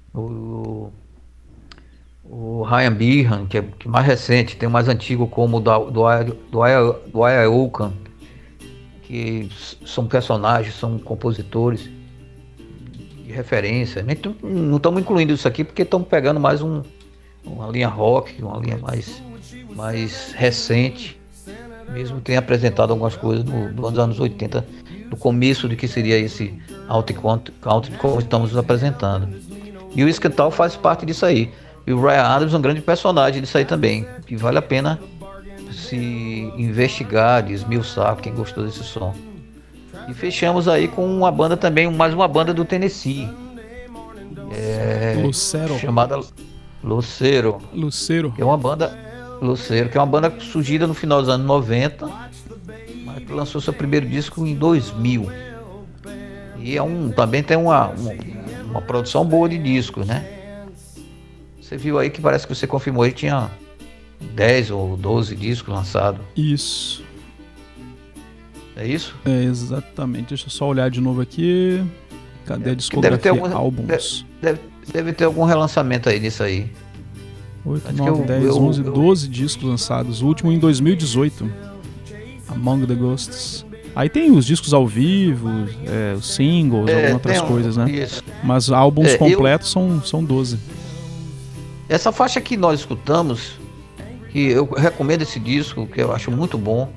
o Ryan Behan, que é mais recente, tem o mais antigo como o do Ayahuasca, que são personagens, são compositores de referência. Não estamos incluindo isso aqui porque estamos pegando mais uma linha rock, uma linha mais recente, mesmo que tenha apresentado algumas coisas nos anos 80, no começo de que seria esse alt country como estamos apresentando. E o Whiskey Town faz parte disso aí. E o Ryan Adams é um grande personagem disso aí também, que vale a pena se investigar, desmiuçar, quem gostou desse som. E fechamos aí com uma banda também, mais uma banda do Tennessee, Lucero. chamada Lucero. Lucero. Que é uma banda. Lucero, que é uma banda surgida no final dos anos 90, mas que lançou seu primeiro disco em 2000. E também tem uma produção boa de discos, né? Você viu aí que parece que você confirmou aí que tinha 10 ou 12 discos lançados. Isso. É isso? É, exatamente. Deixa eu só olhar de novo aqui. Cadê a discografia? Álbuns. Deve ter algum relançamento aí nisso aí. 8, 9, 10, 11, 12 discos lançados. O último em 2018. Among the Ghosts. Aí tem os discos ao vivo, os singles, algumas outras coisas, né? Isso. Mas álbuns completos são 12. Essa faixa que nós escutamos, que eu recomendo esse disco, que eu acho muito bom.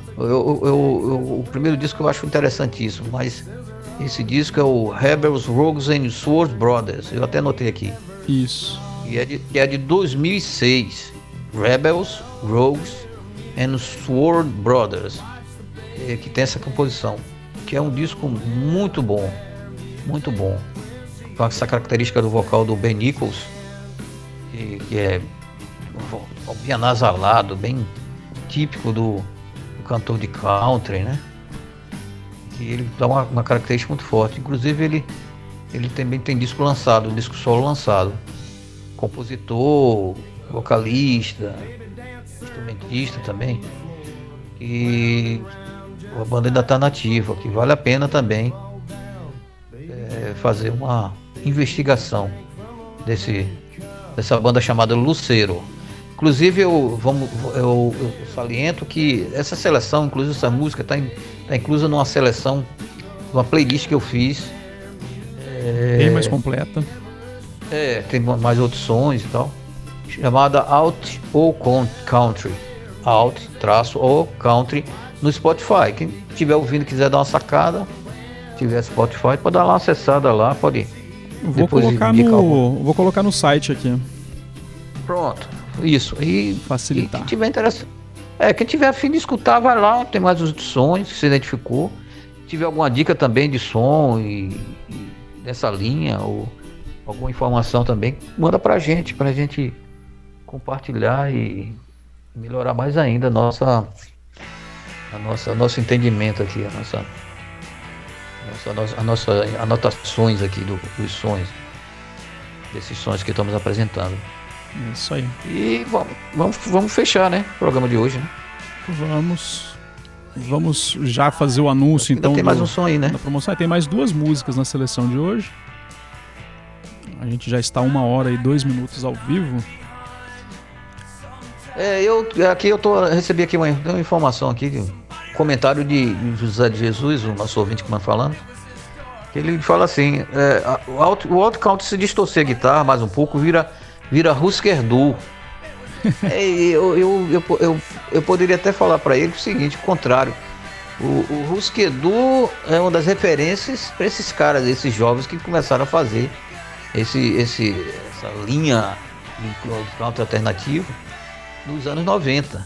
O primeiro disco eu acho interessantíssimo, mas esse disco é o Rebels, Rogues and Sword Brothers. Eu até anotei aqui. Isso. Que é de 2006. Rebels, Rogues and Sword Brothers. Que tem essa composição. Que é um disco muito bom. Muito bom. Com essa característica do vocal do Ben Nichols. Que é bem anasalado, bem típico do cantor de country, né? E ele dá uma característica muito forte. Inclusive ele também tem disco lançado, disco solo lançado. Compositor, vocalista, instrumentista também. E a banda ainda está nativa, que vale a pena também fazer uma investigação dessa banda chamada Lucero. Inclusive eu saliento que essa seleção, inclusive essa música, está inclusa numa seleção, uma playlist que eu fiz. Bem mais completa. Tem mais outros sons e tal. Chamada Out ou Country. Out-ou-country no Spotify. Quem estiver ouvindo e quiser dar uma sacada, tiver Spotify, pode dar uma acessada lá, pode. Vou colocar no site aqui. Pronto. Isso. E facilitar. Quem tiver interessado. Quem tiver a fim de escutar, vai lá, tem mais os sons que você identificou. Se tiver alguma dica também de som e dessa linha, ou alguma informação também, manda pra gente compartilhar e melhorar mais ainda nosso entendimento aqui, as nossas anotações aqui dos sons, desses sons que estamos apresentando. É isso aí. E vamos fechar, né? O programa de hoje, né? Vamos já fazer o anúncio, então. Tem mais um som aí, né? Da promoção. Tem mais 2 músicas na seleção de hoje. A gente já está 1 hora e 2 minutos ao vivo. Recebi aqui uma informação aqui, comentário de José de Jesus, o nosso ouvinte que vai falando. Que ele fala assim: o alto count, se distorcer a guitarra mais um pouco, vira Husker Du. Eu poderia até falar para ele o seguinte, o contrário. O Husker Du é uma das referências para esses caras, esses jovens que começaram a fazer essa linha de country alternativo nos anos 90.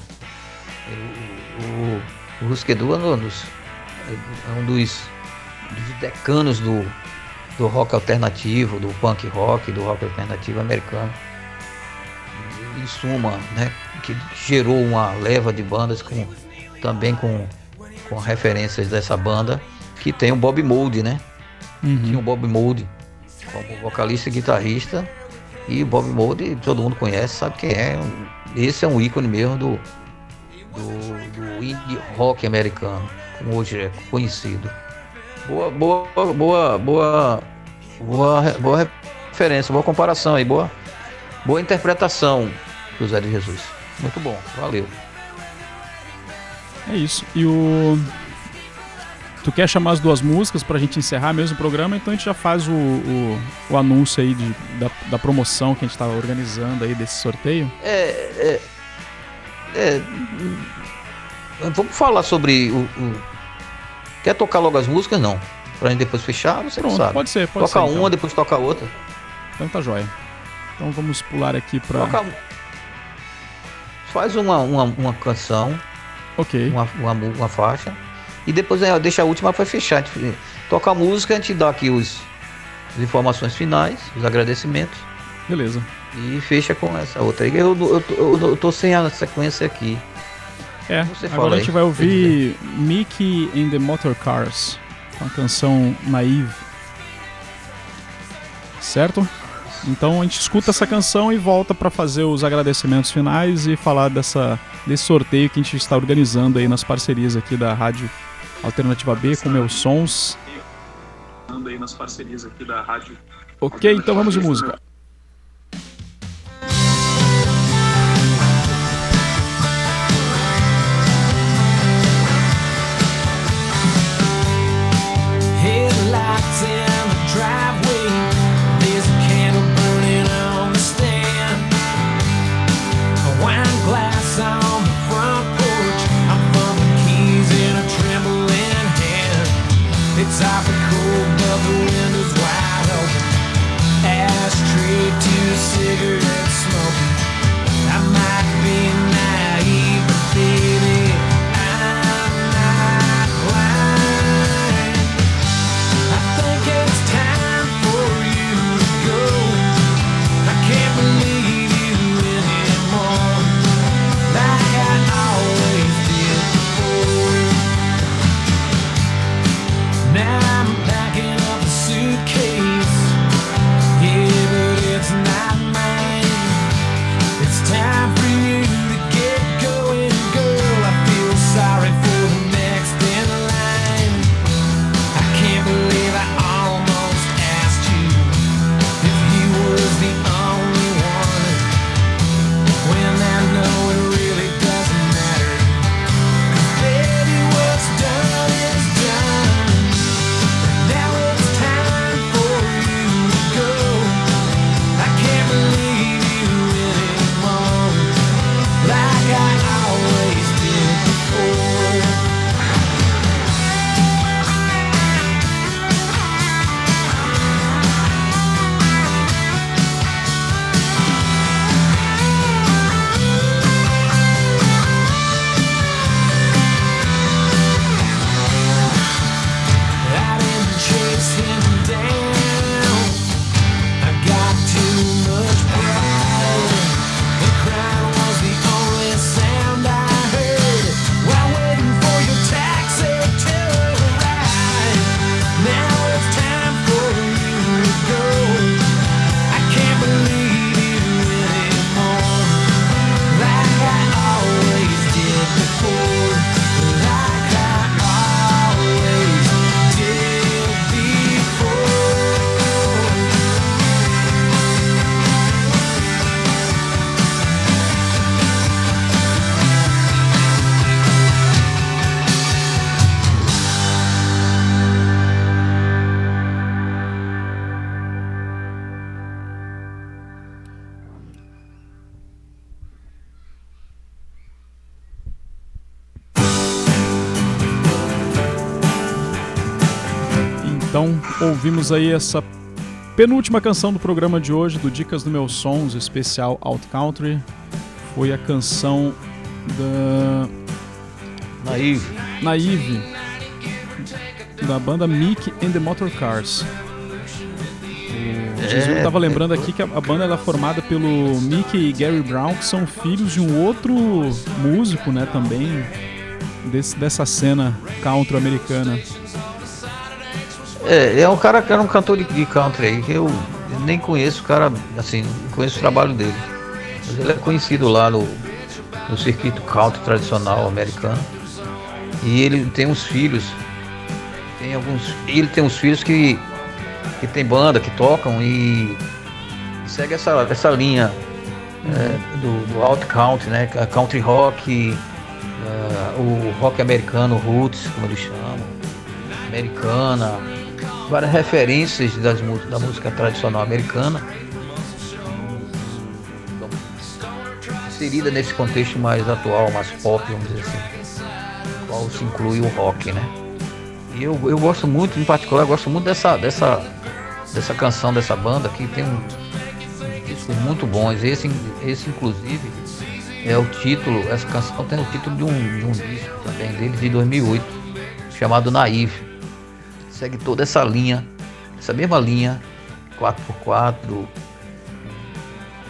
O Husker Du é um dos decanos do rock alternativo, do punk rock, do rock alternativo americano. Em suma, né, que gerou uma leva de bandas também com referências dessa banda, que tem o Bob Mould, né? Tinha o Bob Mould como vocalista e guitarrista, e o Bob Mould todo mundo conhece, sabe quem é. Esse é um ícone mesmo do indie rock americano, como hoje é conhecido. Boa referência, boa comparação aí, boa interpretação, José de Jesus. Muito bom, valeu. É isso. E tu quer chamar as 2 músicas pra gente encerrar mesmo o programa? Então a gente já faz o anúncio aí da promoção que a gente tá organizando aí desse sorteio. Vamos falar sobre Quer tocar logo as músicas? Não. Pra gente depois fechar, você não sabe. Pode ser. Toca uma, então. Depois toca outra. Então tá jóia. Então vamos pular aqui pra... Faz uma canção. Ok. Uma faixa. E depois deixa a última pra fechar. Toca a música, a gente dá aqui as informações finais, os agradecimentos. Beleza. E fecha com essa outra aí. Eu tô sem a sequência aqui. Você agora fala a gente aí. vai ouvir Mickey and the Motor Cars, com a canção Naive. Certo? Então a gente escuta essa canção e volta para fazer os agradecimentos finais e falar desse sorteio que a gente está organizando aí nas parcerias aqui da Rádio Alternativa B com Meus Sons. Ok, então vamos de música. Headlights in the driveway, there's a candle burning on the stand, a wine glass on the front porch, I'm fumbling keys in a trembling hand. It's awfully cold but the window's wide open, ashtray, 2 cigarettes smoking. I might be naive but baby I'm not blind. I think it's time for you to go. I can't believe you anymore, like I always did before. Now I'm packing up a suitcase, yeah, but it's not mine. It's time for you to get going, girl. I feel sorry for the next in line. I can't believe I almost asked you if he was the only one, when I know it really doesn't matter. 'Cause baby, what's done is done. Now it's time for you to go. I can't believe you anymore, like I always did before. I didn't chase him down, I got too much pride, and crying was the only sound I heard while waiting for your taxi to arrive. Now it's time for you to go. I can't believe you anymore, like I always did before, like I always did before. Então ouvimos aí essa penúltima canção do programa de hoje, do Dicas do Meus Sons, especial Out Country. Foi a canção da Naive, da banda Mickey and the Motor Cars. O Jesus estava lembrando aqui que a banda ela é formada pelo Mickey e Gary Brown, que são filhos de um outro músico, né, também dessa cena country americana. É um cara que era um cantor de country aí, que eu nem conheço o cara, assim, não conheço o trabalho dele. Mas ele é conhecido lá no circuito country tradicional americano. E ele tem uns filhos, ele tem uns filhos que tem banda, que tocam e segue essa linha do alt country, né? Country rock, o rock americano, roots, como eles chamam, americana, várias referências da música tradicional americana, inserida nesse contexto mais atual, mais pop, vamos dizer assim, no qual se inclui o rock, né? E eu gosto muito, em particular, eu gosto muito dessa canção, dessa banda, que tem uns discos muito bons. Esse inclusive é o título, essa canção tem o título de um disco também dele, de 2008, chamado Naive. Segue toda essa linha, essa mesma linha, 4x4,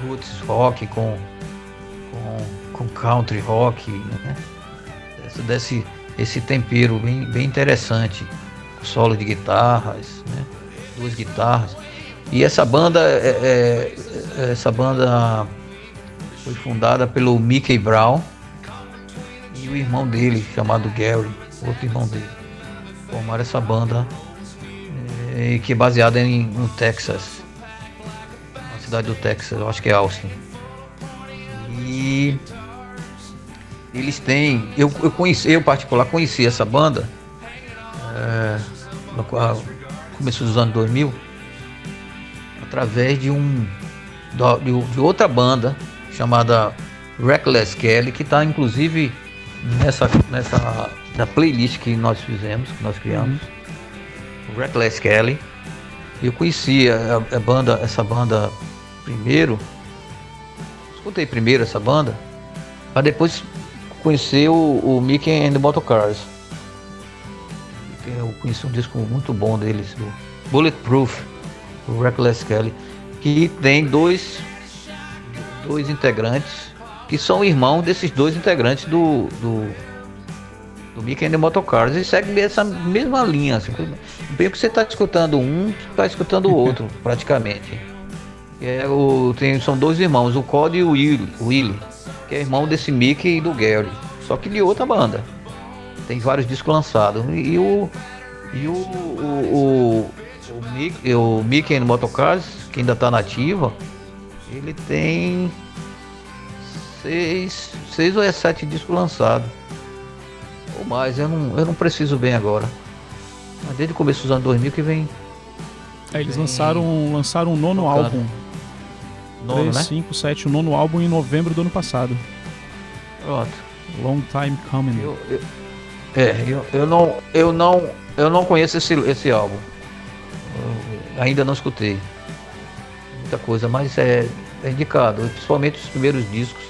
roots rock com country rock, né? Esse tempero bem interessante, solo de guitarras, né? 2 guitarras. E essa banda foi fundada pelo Mickey Brown e o irmão dele, chamado Gary, outro irmão dele. Formaram essa banda que é baseada no Texas, na cidade do Texas, eu acho que é Austin. E eles têm, eu em particular conheci essa banda no começo dos anos 2000 através de outra banda chamada Reckless Kelly, que está inclusive na playlist que nós criamos. O Reckless Kelly. Eu conheci essa banda primeiro, escutei primeiro essa banda, para depois conhecer o Mickey and the Motorcars. Eu conheci um disco muito bom deles, do Bulletproof, o Reckless Kelly, que tem dois integrantes que são irmãos desses 2 integrantes do Mickey and the Motorcars, e segue essa mesma linha, assim, bem que você está escutando um, está escutando o outro praticamente. São 2 irmãos, o Cody e o Willie, que é irmão desse Mickey e do Gary, só que de outra banda. Tem vários discos lançados. E o Mickey and the Motorcars, que ainda está nativa, ele tem 6 ou 7 discos lançados. Ou mais, eu não preciso bem agora. Mas desde o começo dos anos 2000 que vem. Eles lançaram um 9º álbum. 3, 5, 7, o 9º álbum em novembro do ano passado. Pronto. Long time coming. Eu não conheço esse álbum. Eu ainda não escutei muita coisa, mas é indicado. Principalmente os primeiros discos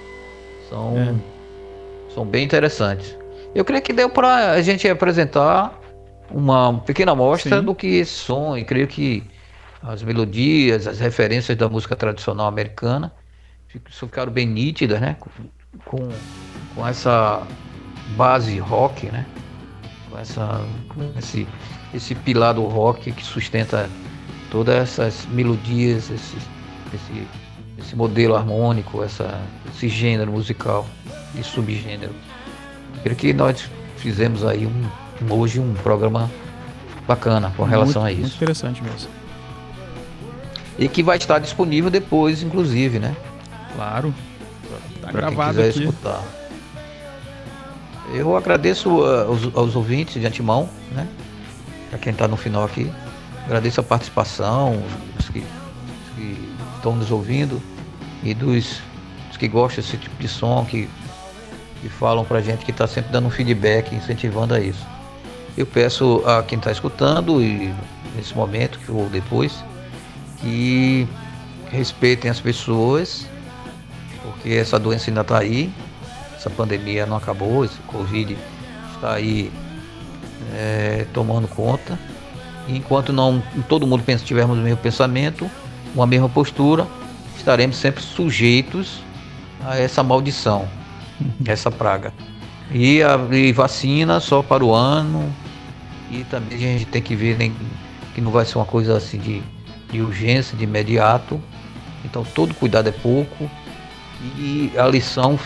são bem interessantes. Eu creio que deu para a gente apresentar uma pequena amostra do que esse som, e creio que as melodias, as referências da música tradicional americana ficaram bem nítidas, né? Com essa base rock, né? Com esse pilar do rock que sustenta todas essas melodias, esse modelo harmônico, esse gênero musical e subgênero. Creio que nós fizemos aí hoje um programa bacana com relação a isso. Muito interessante mesmo. E que vai estar disponível depois, inclusive, né? Claro. Tá pra gravado quem quiser aqui. Escutar. Eu agradeço aos ouvintes de antemão, né? Para quem está no final aqui. Agradeço a participação, os que estão nos ouvindo e dos que gostam desse tipo de som, que falam pra gente, que está sempre dando um feedback, incentivando a isso. Eu peço a quem está escutando, e nesse momento ou depois, que respeitem as pessoas, porque essa doença ainda está aí, essa pandemia não acabou, esse Covid está aí tomando conta. E enquanto não todo mundo tivermos o mesmo pensamento, uma mesma postura, estaremos sempre sujeitos a essa maldição, essa praga. E vacina só para o ano, e também a gente tem que ver que não vai ser uma coisa assim de urgência, de imediato. Então todo cuidado é pouco, e a lição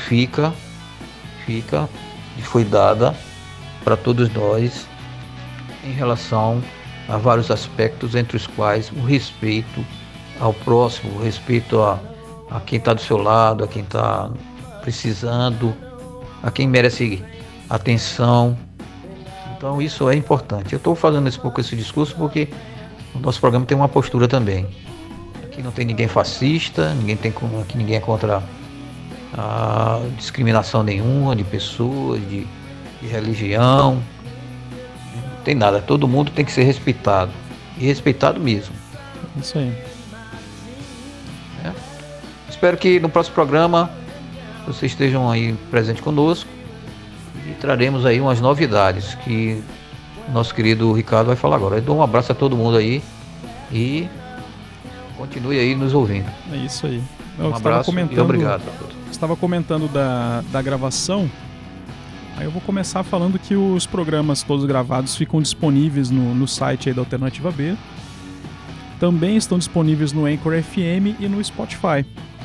foi dada para todos nós em relação a vários aspectos, entre os quais o respeito ao próximo, o respeito a quem está do seu lado, a quem está precisando, a quem merece atenção. Então isso é importante. Eu estou fazendo esse discurso porque o nosso programa tem uma postura também. Aqui não tem ninguém fascista, aqui ninguém é contra a discriminação nenhuma de pessoas, de religião. Não tem nada, todo mundo tem que ser respeitado, e respeitado mesmo. Isso aí. Espero que no próximo programa vocês estejam aí presentes conosco, e traremos aí umas novidades que o nosso querido Ricardo vai falar agora. Eu dou um abraço a todo mundo aí e continue aí nos ouvindo. É isso aí. Eu Um estava abraço e obrigado a todos. Estava comentando da gravação. Aí eu vou começar falando que os programas todos gravados ficam disponíveis no site aí da Alternativa B. Também estão disponíveis no Anchor FM e no Spotify.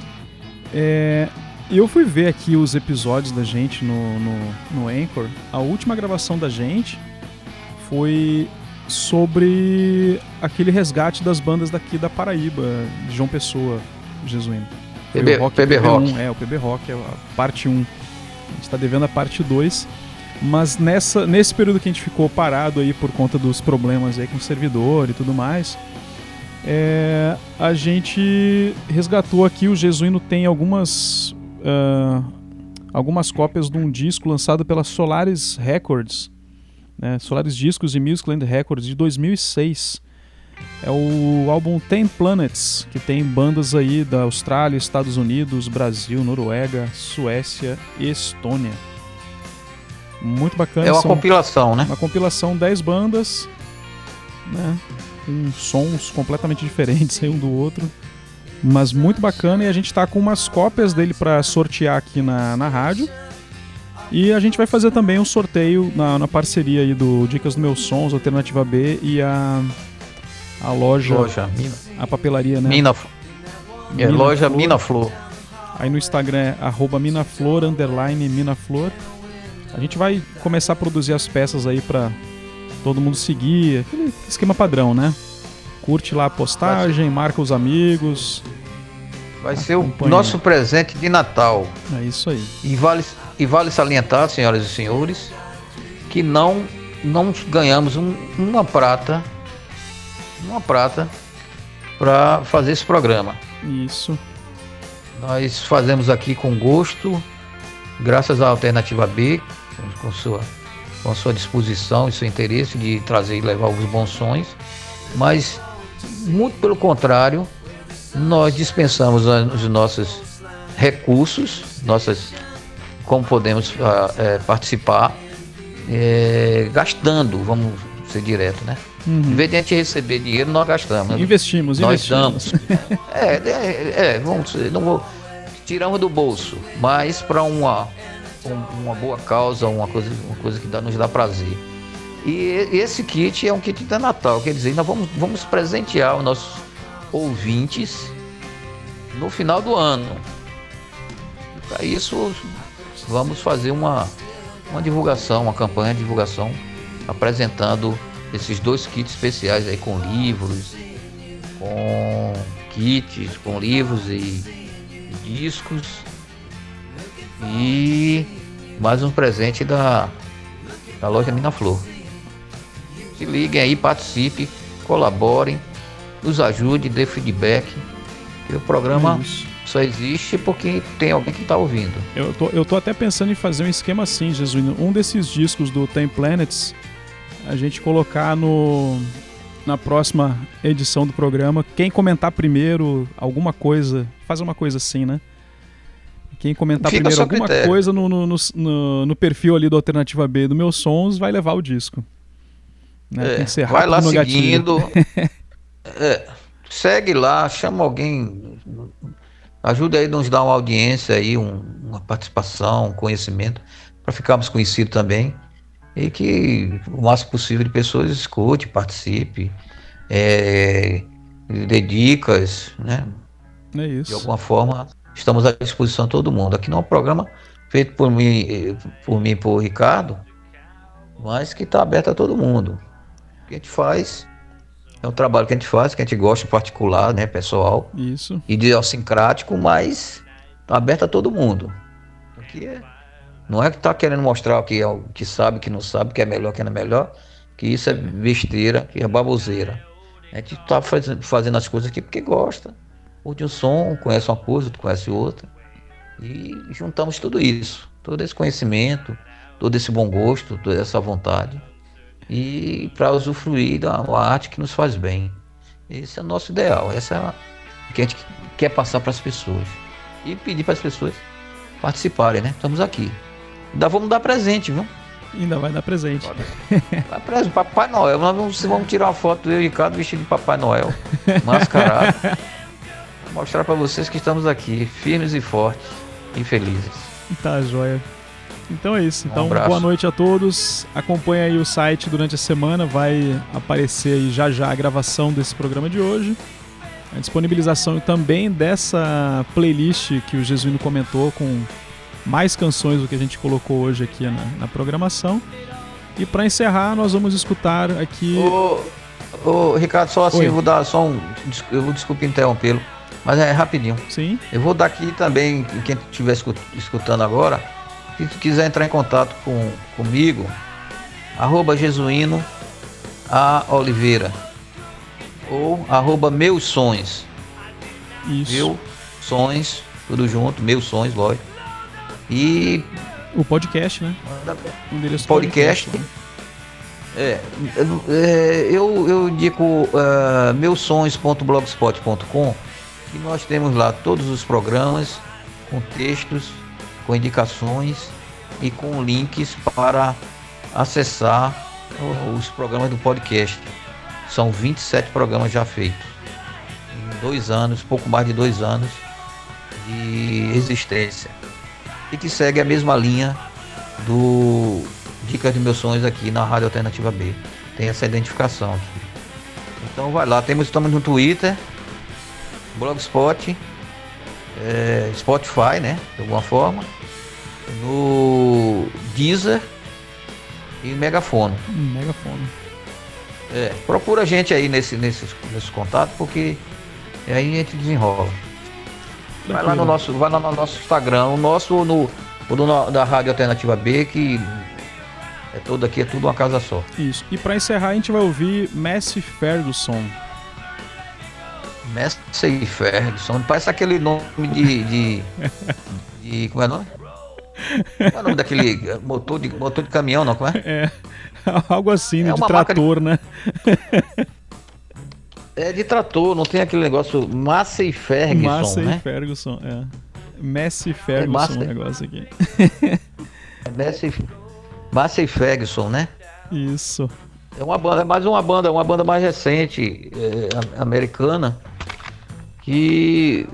Eu fui ver aqui os episódios da gente no Anchor. A última gravação da gente foi sobre aquele resgate das bandas daqui da Paraíba, de João Pessoa, Jesuíno. PB Rock. O PB Rock, é a parte 1. A gente tá devendo a parte 2. Mas nesse período que a gente ficou parado aí por conta dos problemas aí com o servidor e tudo mais, a gente resgatou aqui. O Jesuíno tem algumas cópias de um disco lançado pela Solaris Records, né? Solaris Discos e Musicland Records, de 2006. É o álbum Ten Planets, que tem bandas aí da Austrália, Estados Unidos, Brasil, Noruega, Suécia e Estônia. Muito bacana. É uma compilação, né? Uma compilação, 10 bandas, né? Com sons completamente diferentes um do outro, mas muito bacana. E a gente tá com umas cópias dele para sortear aqui na rádio. E a gente vai fazer também um sorteio na parceria aí do Dicas do Meus Sons, Alternativa B e a loja a papelaria, né? Loja Minaflor. Aí no Instagram é @minaflor, _minaflor. A gente vai começar a produzir as peças aí pra todo mundo seguir, aquele esquema padrão, né? Curte lá a postagem, marca os amigos. Vai ser o nosso presente de Natal. É isso aí. E vale salientar, senhoras e senhores, que não ganhamos uma prata para fazer esse programa. Isso. Nós fazemos aqui com gosto, graças à Alternativa B, com sua disposição e seu interesse de trazer e levar os bons sons, mas muito pelo contrário, nós dispensamos os nossos recursos, como podemos participar, gastando, vamos ser direto, né? Em vez de a gente receber dinheiro, nós gastamos. Investimos. Damos. Tiramos do bolso, mas para uma boa causa, uma coisa que nos dá prazer. E esse kit é um kit de Natal, quer dizer, nós vamos presentear os nossos ouvintes no final do ano. Para isso, vamos fazer uma divulgação, uma campanha de divulgação, apresentando esses 2 kits especiais aí, com livros, com kits, com livros e discos, e mais um presente da loja Minaflor. Se liguem aí, participem, colaborem, nos ajude, dê feedback. E o programa só existe porque tem alguém que está ouvindo. Eu tô até pensando em fazer um esquema assim, Jesuíno. Um desses discos do Ten Planets, a gente colocar na próxima edição do programa, quem comentar primeiro alguma coisa, fazer uma coisa assim, né? Quem comentar primeiro alguma coisa no perfil ali do Alternativa B do Meus Sons vai levar o disco. Né? Tem que ser rápido, vai lá no seguindo. Segue lá, chama alguém, ajuda aí a nos dar uma audiência aí, uma participação, um conhecimento, para ficarmos conhecidos também. E que o máximo possível de pessoas escute, participe, dê dicas, né? É isso. De alguma forma, estamos à disposição de todo mundo. Aqui não é um programa feito por mim e por Ricardo, mas que está aberto a todo mundo. O que a gente faz é um trabalho que a gente gosta em particular, né, pessoal. Isso. Idiosincrático, mas está aberto a todo mundo. Aqui não é que está querendo mostrar que sabe, que não sabe, que é melhor, que não é melhor, que isso é besteira, que é baboseira. A gente está fazendo as coisas aqui porque gosta. Curte um som, conhece uma coisa, tu conhece outra. E juntamos tudo isso, todo esse conhecimento, todo esse bom gosto, toda essa vontade. E para usufruir da arte que nos faz bem. Esse é o nosso ideal, essa é o que a gente quer passar para as pessoas. E pedir para as pessoas participarem, né? Estamos aqui. Ainda vamos dar presente, viu? Ainda vai dar presente. Papai Noel. Nós vamos tirar uma foto do eu e Ricardo vestido de Papai Noel. Mascarado. Mostrar para vocês que estamos aqui, firmes e fortes e felizes. Tá, joia. Então é isso. Então, abraço. boa noite a todos. Acompanhe aí o site durante a semana. Vai aparecer aí já a gravação desse programa de hoje. A disponibilização também dessa playlist que o Jesuíno comentou, com mais canções do que a gente colocou hoje aqui na programação. E para encerrar, nós vamos escutar aqui... Ô, Ricardo, só assim, Oi. eu vou dar só eu vou, desculpe interrompê-lo, mas é rapidinho. Sim. Eu vou dar aqui também, quem estiver escutando agora, se tu quiser entrar em contato comigo, @Jesuíno A. Oliveira ou @Meus Sonhos. Isso. Meus Sonhos, tudo junto, Meus Sonhos, lógico. E O podcast, né? O endereço podcast. né? Eu indico meusonhos.blogspot.com, que nós temos lá todos os programas com textos, com indicações e com links para acessar os programas do podcast. São 27 programas já feitos em 2 anos, pouco mais de 2 anos de existência, e que segue a mesma linha do Dicas de Meus Sonhos aqui na Rádio Alternativa B. Tem essa identificação aqui. Então vai lá, estamos no Twitter, Blogspot, Spotify, né, de alguma forma, no Deezer e Megafone. Megafone. Procura a gente aí nesse contato, porque aí a gente desenrola. Vai lá no nosso Instagram, o da Rádio Alternativa B, que é tudo uma casa só. Isso. E pra encerrar, a gente vai ouvir Massey Ferguson. Massey Ferguson, parece aquele nome de como é o nome? Qual é o nome daquele motor de caminhão, não? Como é? Algo assim, né? De uma marca trator, né? É de trator, não tem aquele negócio Massey Ferguson, Massey né? Ferguson, Massey Ferguson, Massey. o negócio aqui. Massey Ferguson, né? Isso. É uma banda, uma banda mais recente, americana, que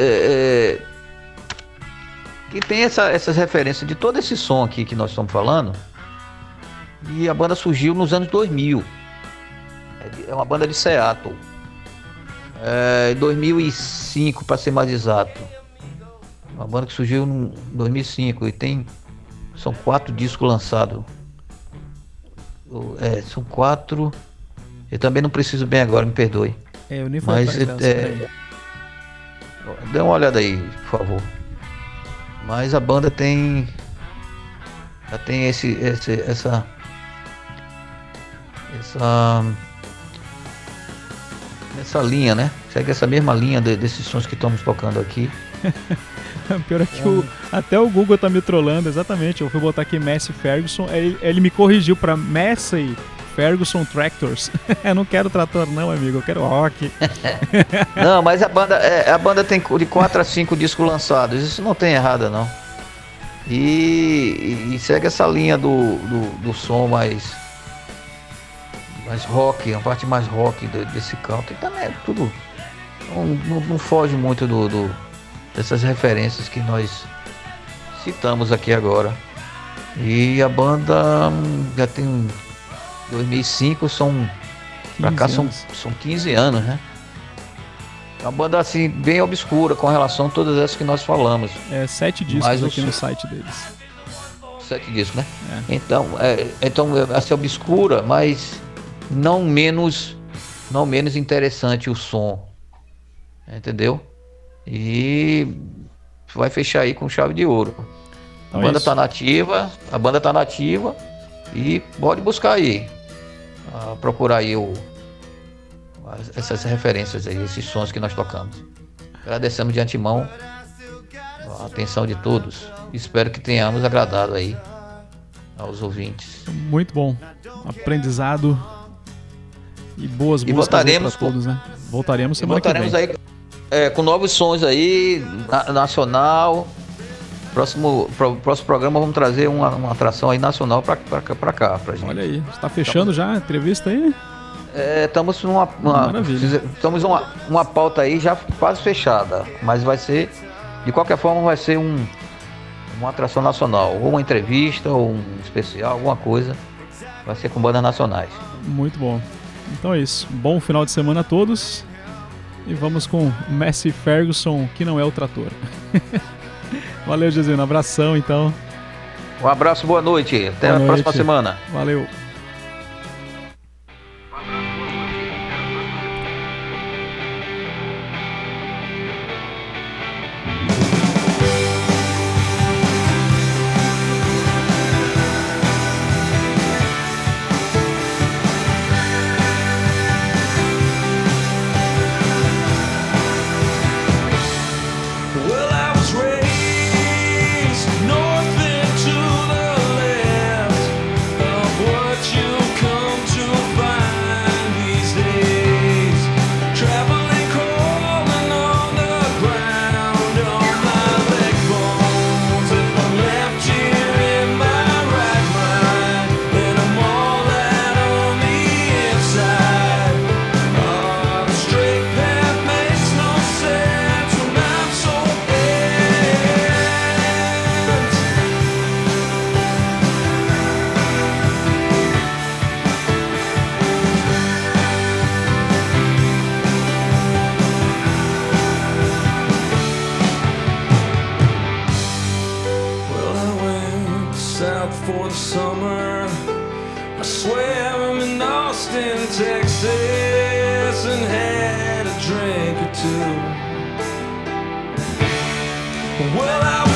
tem essas referências de todo esse som aqui que nós estamos falando. E a banda surgiu nos anos 2000. É uma banda de Seattle. Em 2005, para ser mais exato. Uma banda que surgiu em 2005 e são 4 discos lançados. São 4. Eu também não preciso bem agora, me perdoe. Eu nem fui Mas atrás dessa, dê uma olhada aí, por favor. Mas a banda já tem essa linha, né? Segue essa mesma linha desses sons que estamos tocando aqui. Pior é que até o Google tá me trollando, exatamente. Eu fui botar aqui Massey Ferguson, ele me corrigiu pra Massey Ferguson Tractors. Eu não quero trator não, amigo, eu quero rock. Não, mas a banda tem de 4 a 5 discos lançados, isso não tem errado não. E segue essa linha do som mais rock, a parte mais rock desse canto. E também é tudo, não foge muito dessas referências que nós citamos aqui agora. E a banda já tem 2005, pra cá são 15 anos, né? É uma banda assim bem obscura com relação a todas essas que nós falamos. 7 discos aqui no site deles. 7 discos, né? Então assim, obscura, mas não menos interessante o som, entendeu? E vai fechar aí com chave de ouro. A banda tá nativa e pode buscar aí, procurar aí essas referências aí, esses sons que nós tocamos. Agradecemos de antemão a atenção de todos. Espero que tenhamos agradado aí aos ouvintes. Muito bom. Aprendizado e boas músicas para todos, né? Voltaremos semana que vem. Aí com novos sons aí, nacional. Próximo programa vamos trazer uma atração aí nacional pra cá, pra gente. Olha aí, está fechando já a entrevista aí? Estamos Maravilha. estamos uma pauta aí já quase fechada, mas vai ser, de qualquer forma, vai ser uma atração nacional, ou uma entrevista, ou um especial, alguma coisa, vai ser com bandas nacionais. Muito bom. Então é isso. Bom final de semana a todos. E vamos com Massey Ferguson, que não é o trator. Valeu, Jesuíno. Abração, então. Um abraço, boa noite. Até a próxima semana. Valeu. Well, I was raised north and to the left of what you come to find these days. Traveling, crawling on the ground on my leg bones. If I'm left here in my right mind, then I'm all out on the inside. Oh, the straight path makes no sense when I'm so well, I went south for the summer. I swam in Austin, Texas, and had a drink or two. Well, I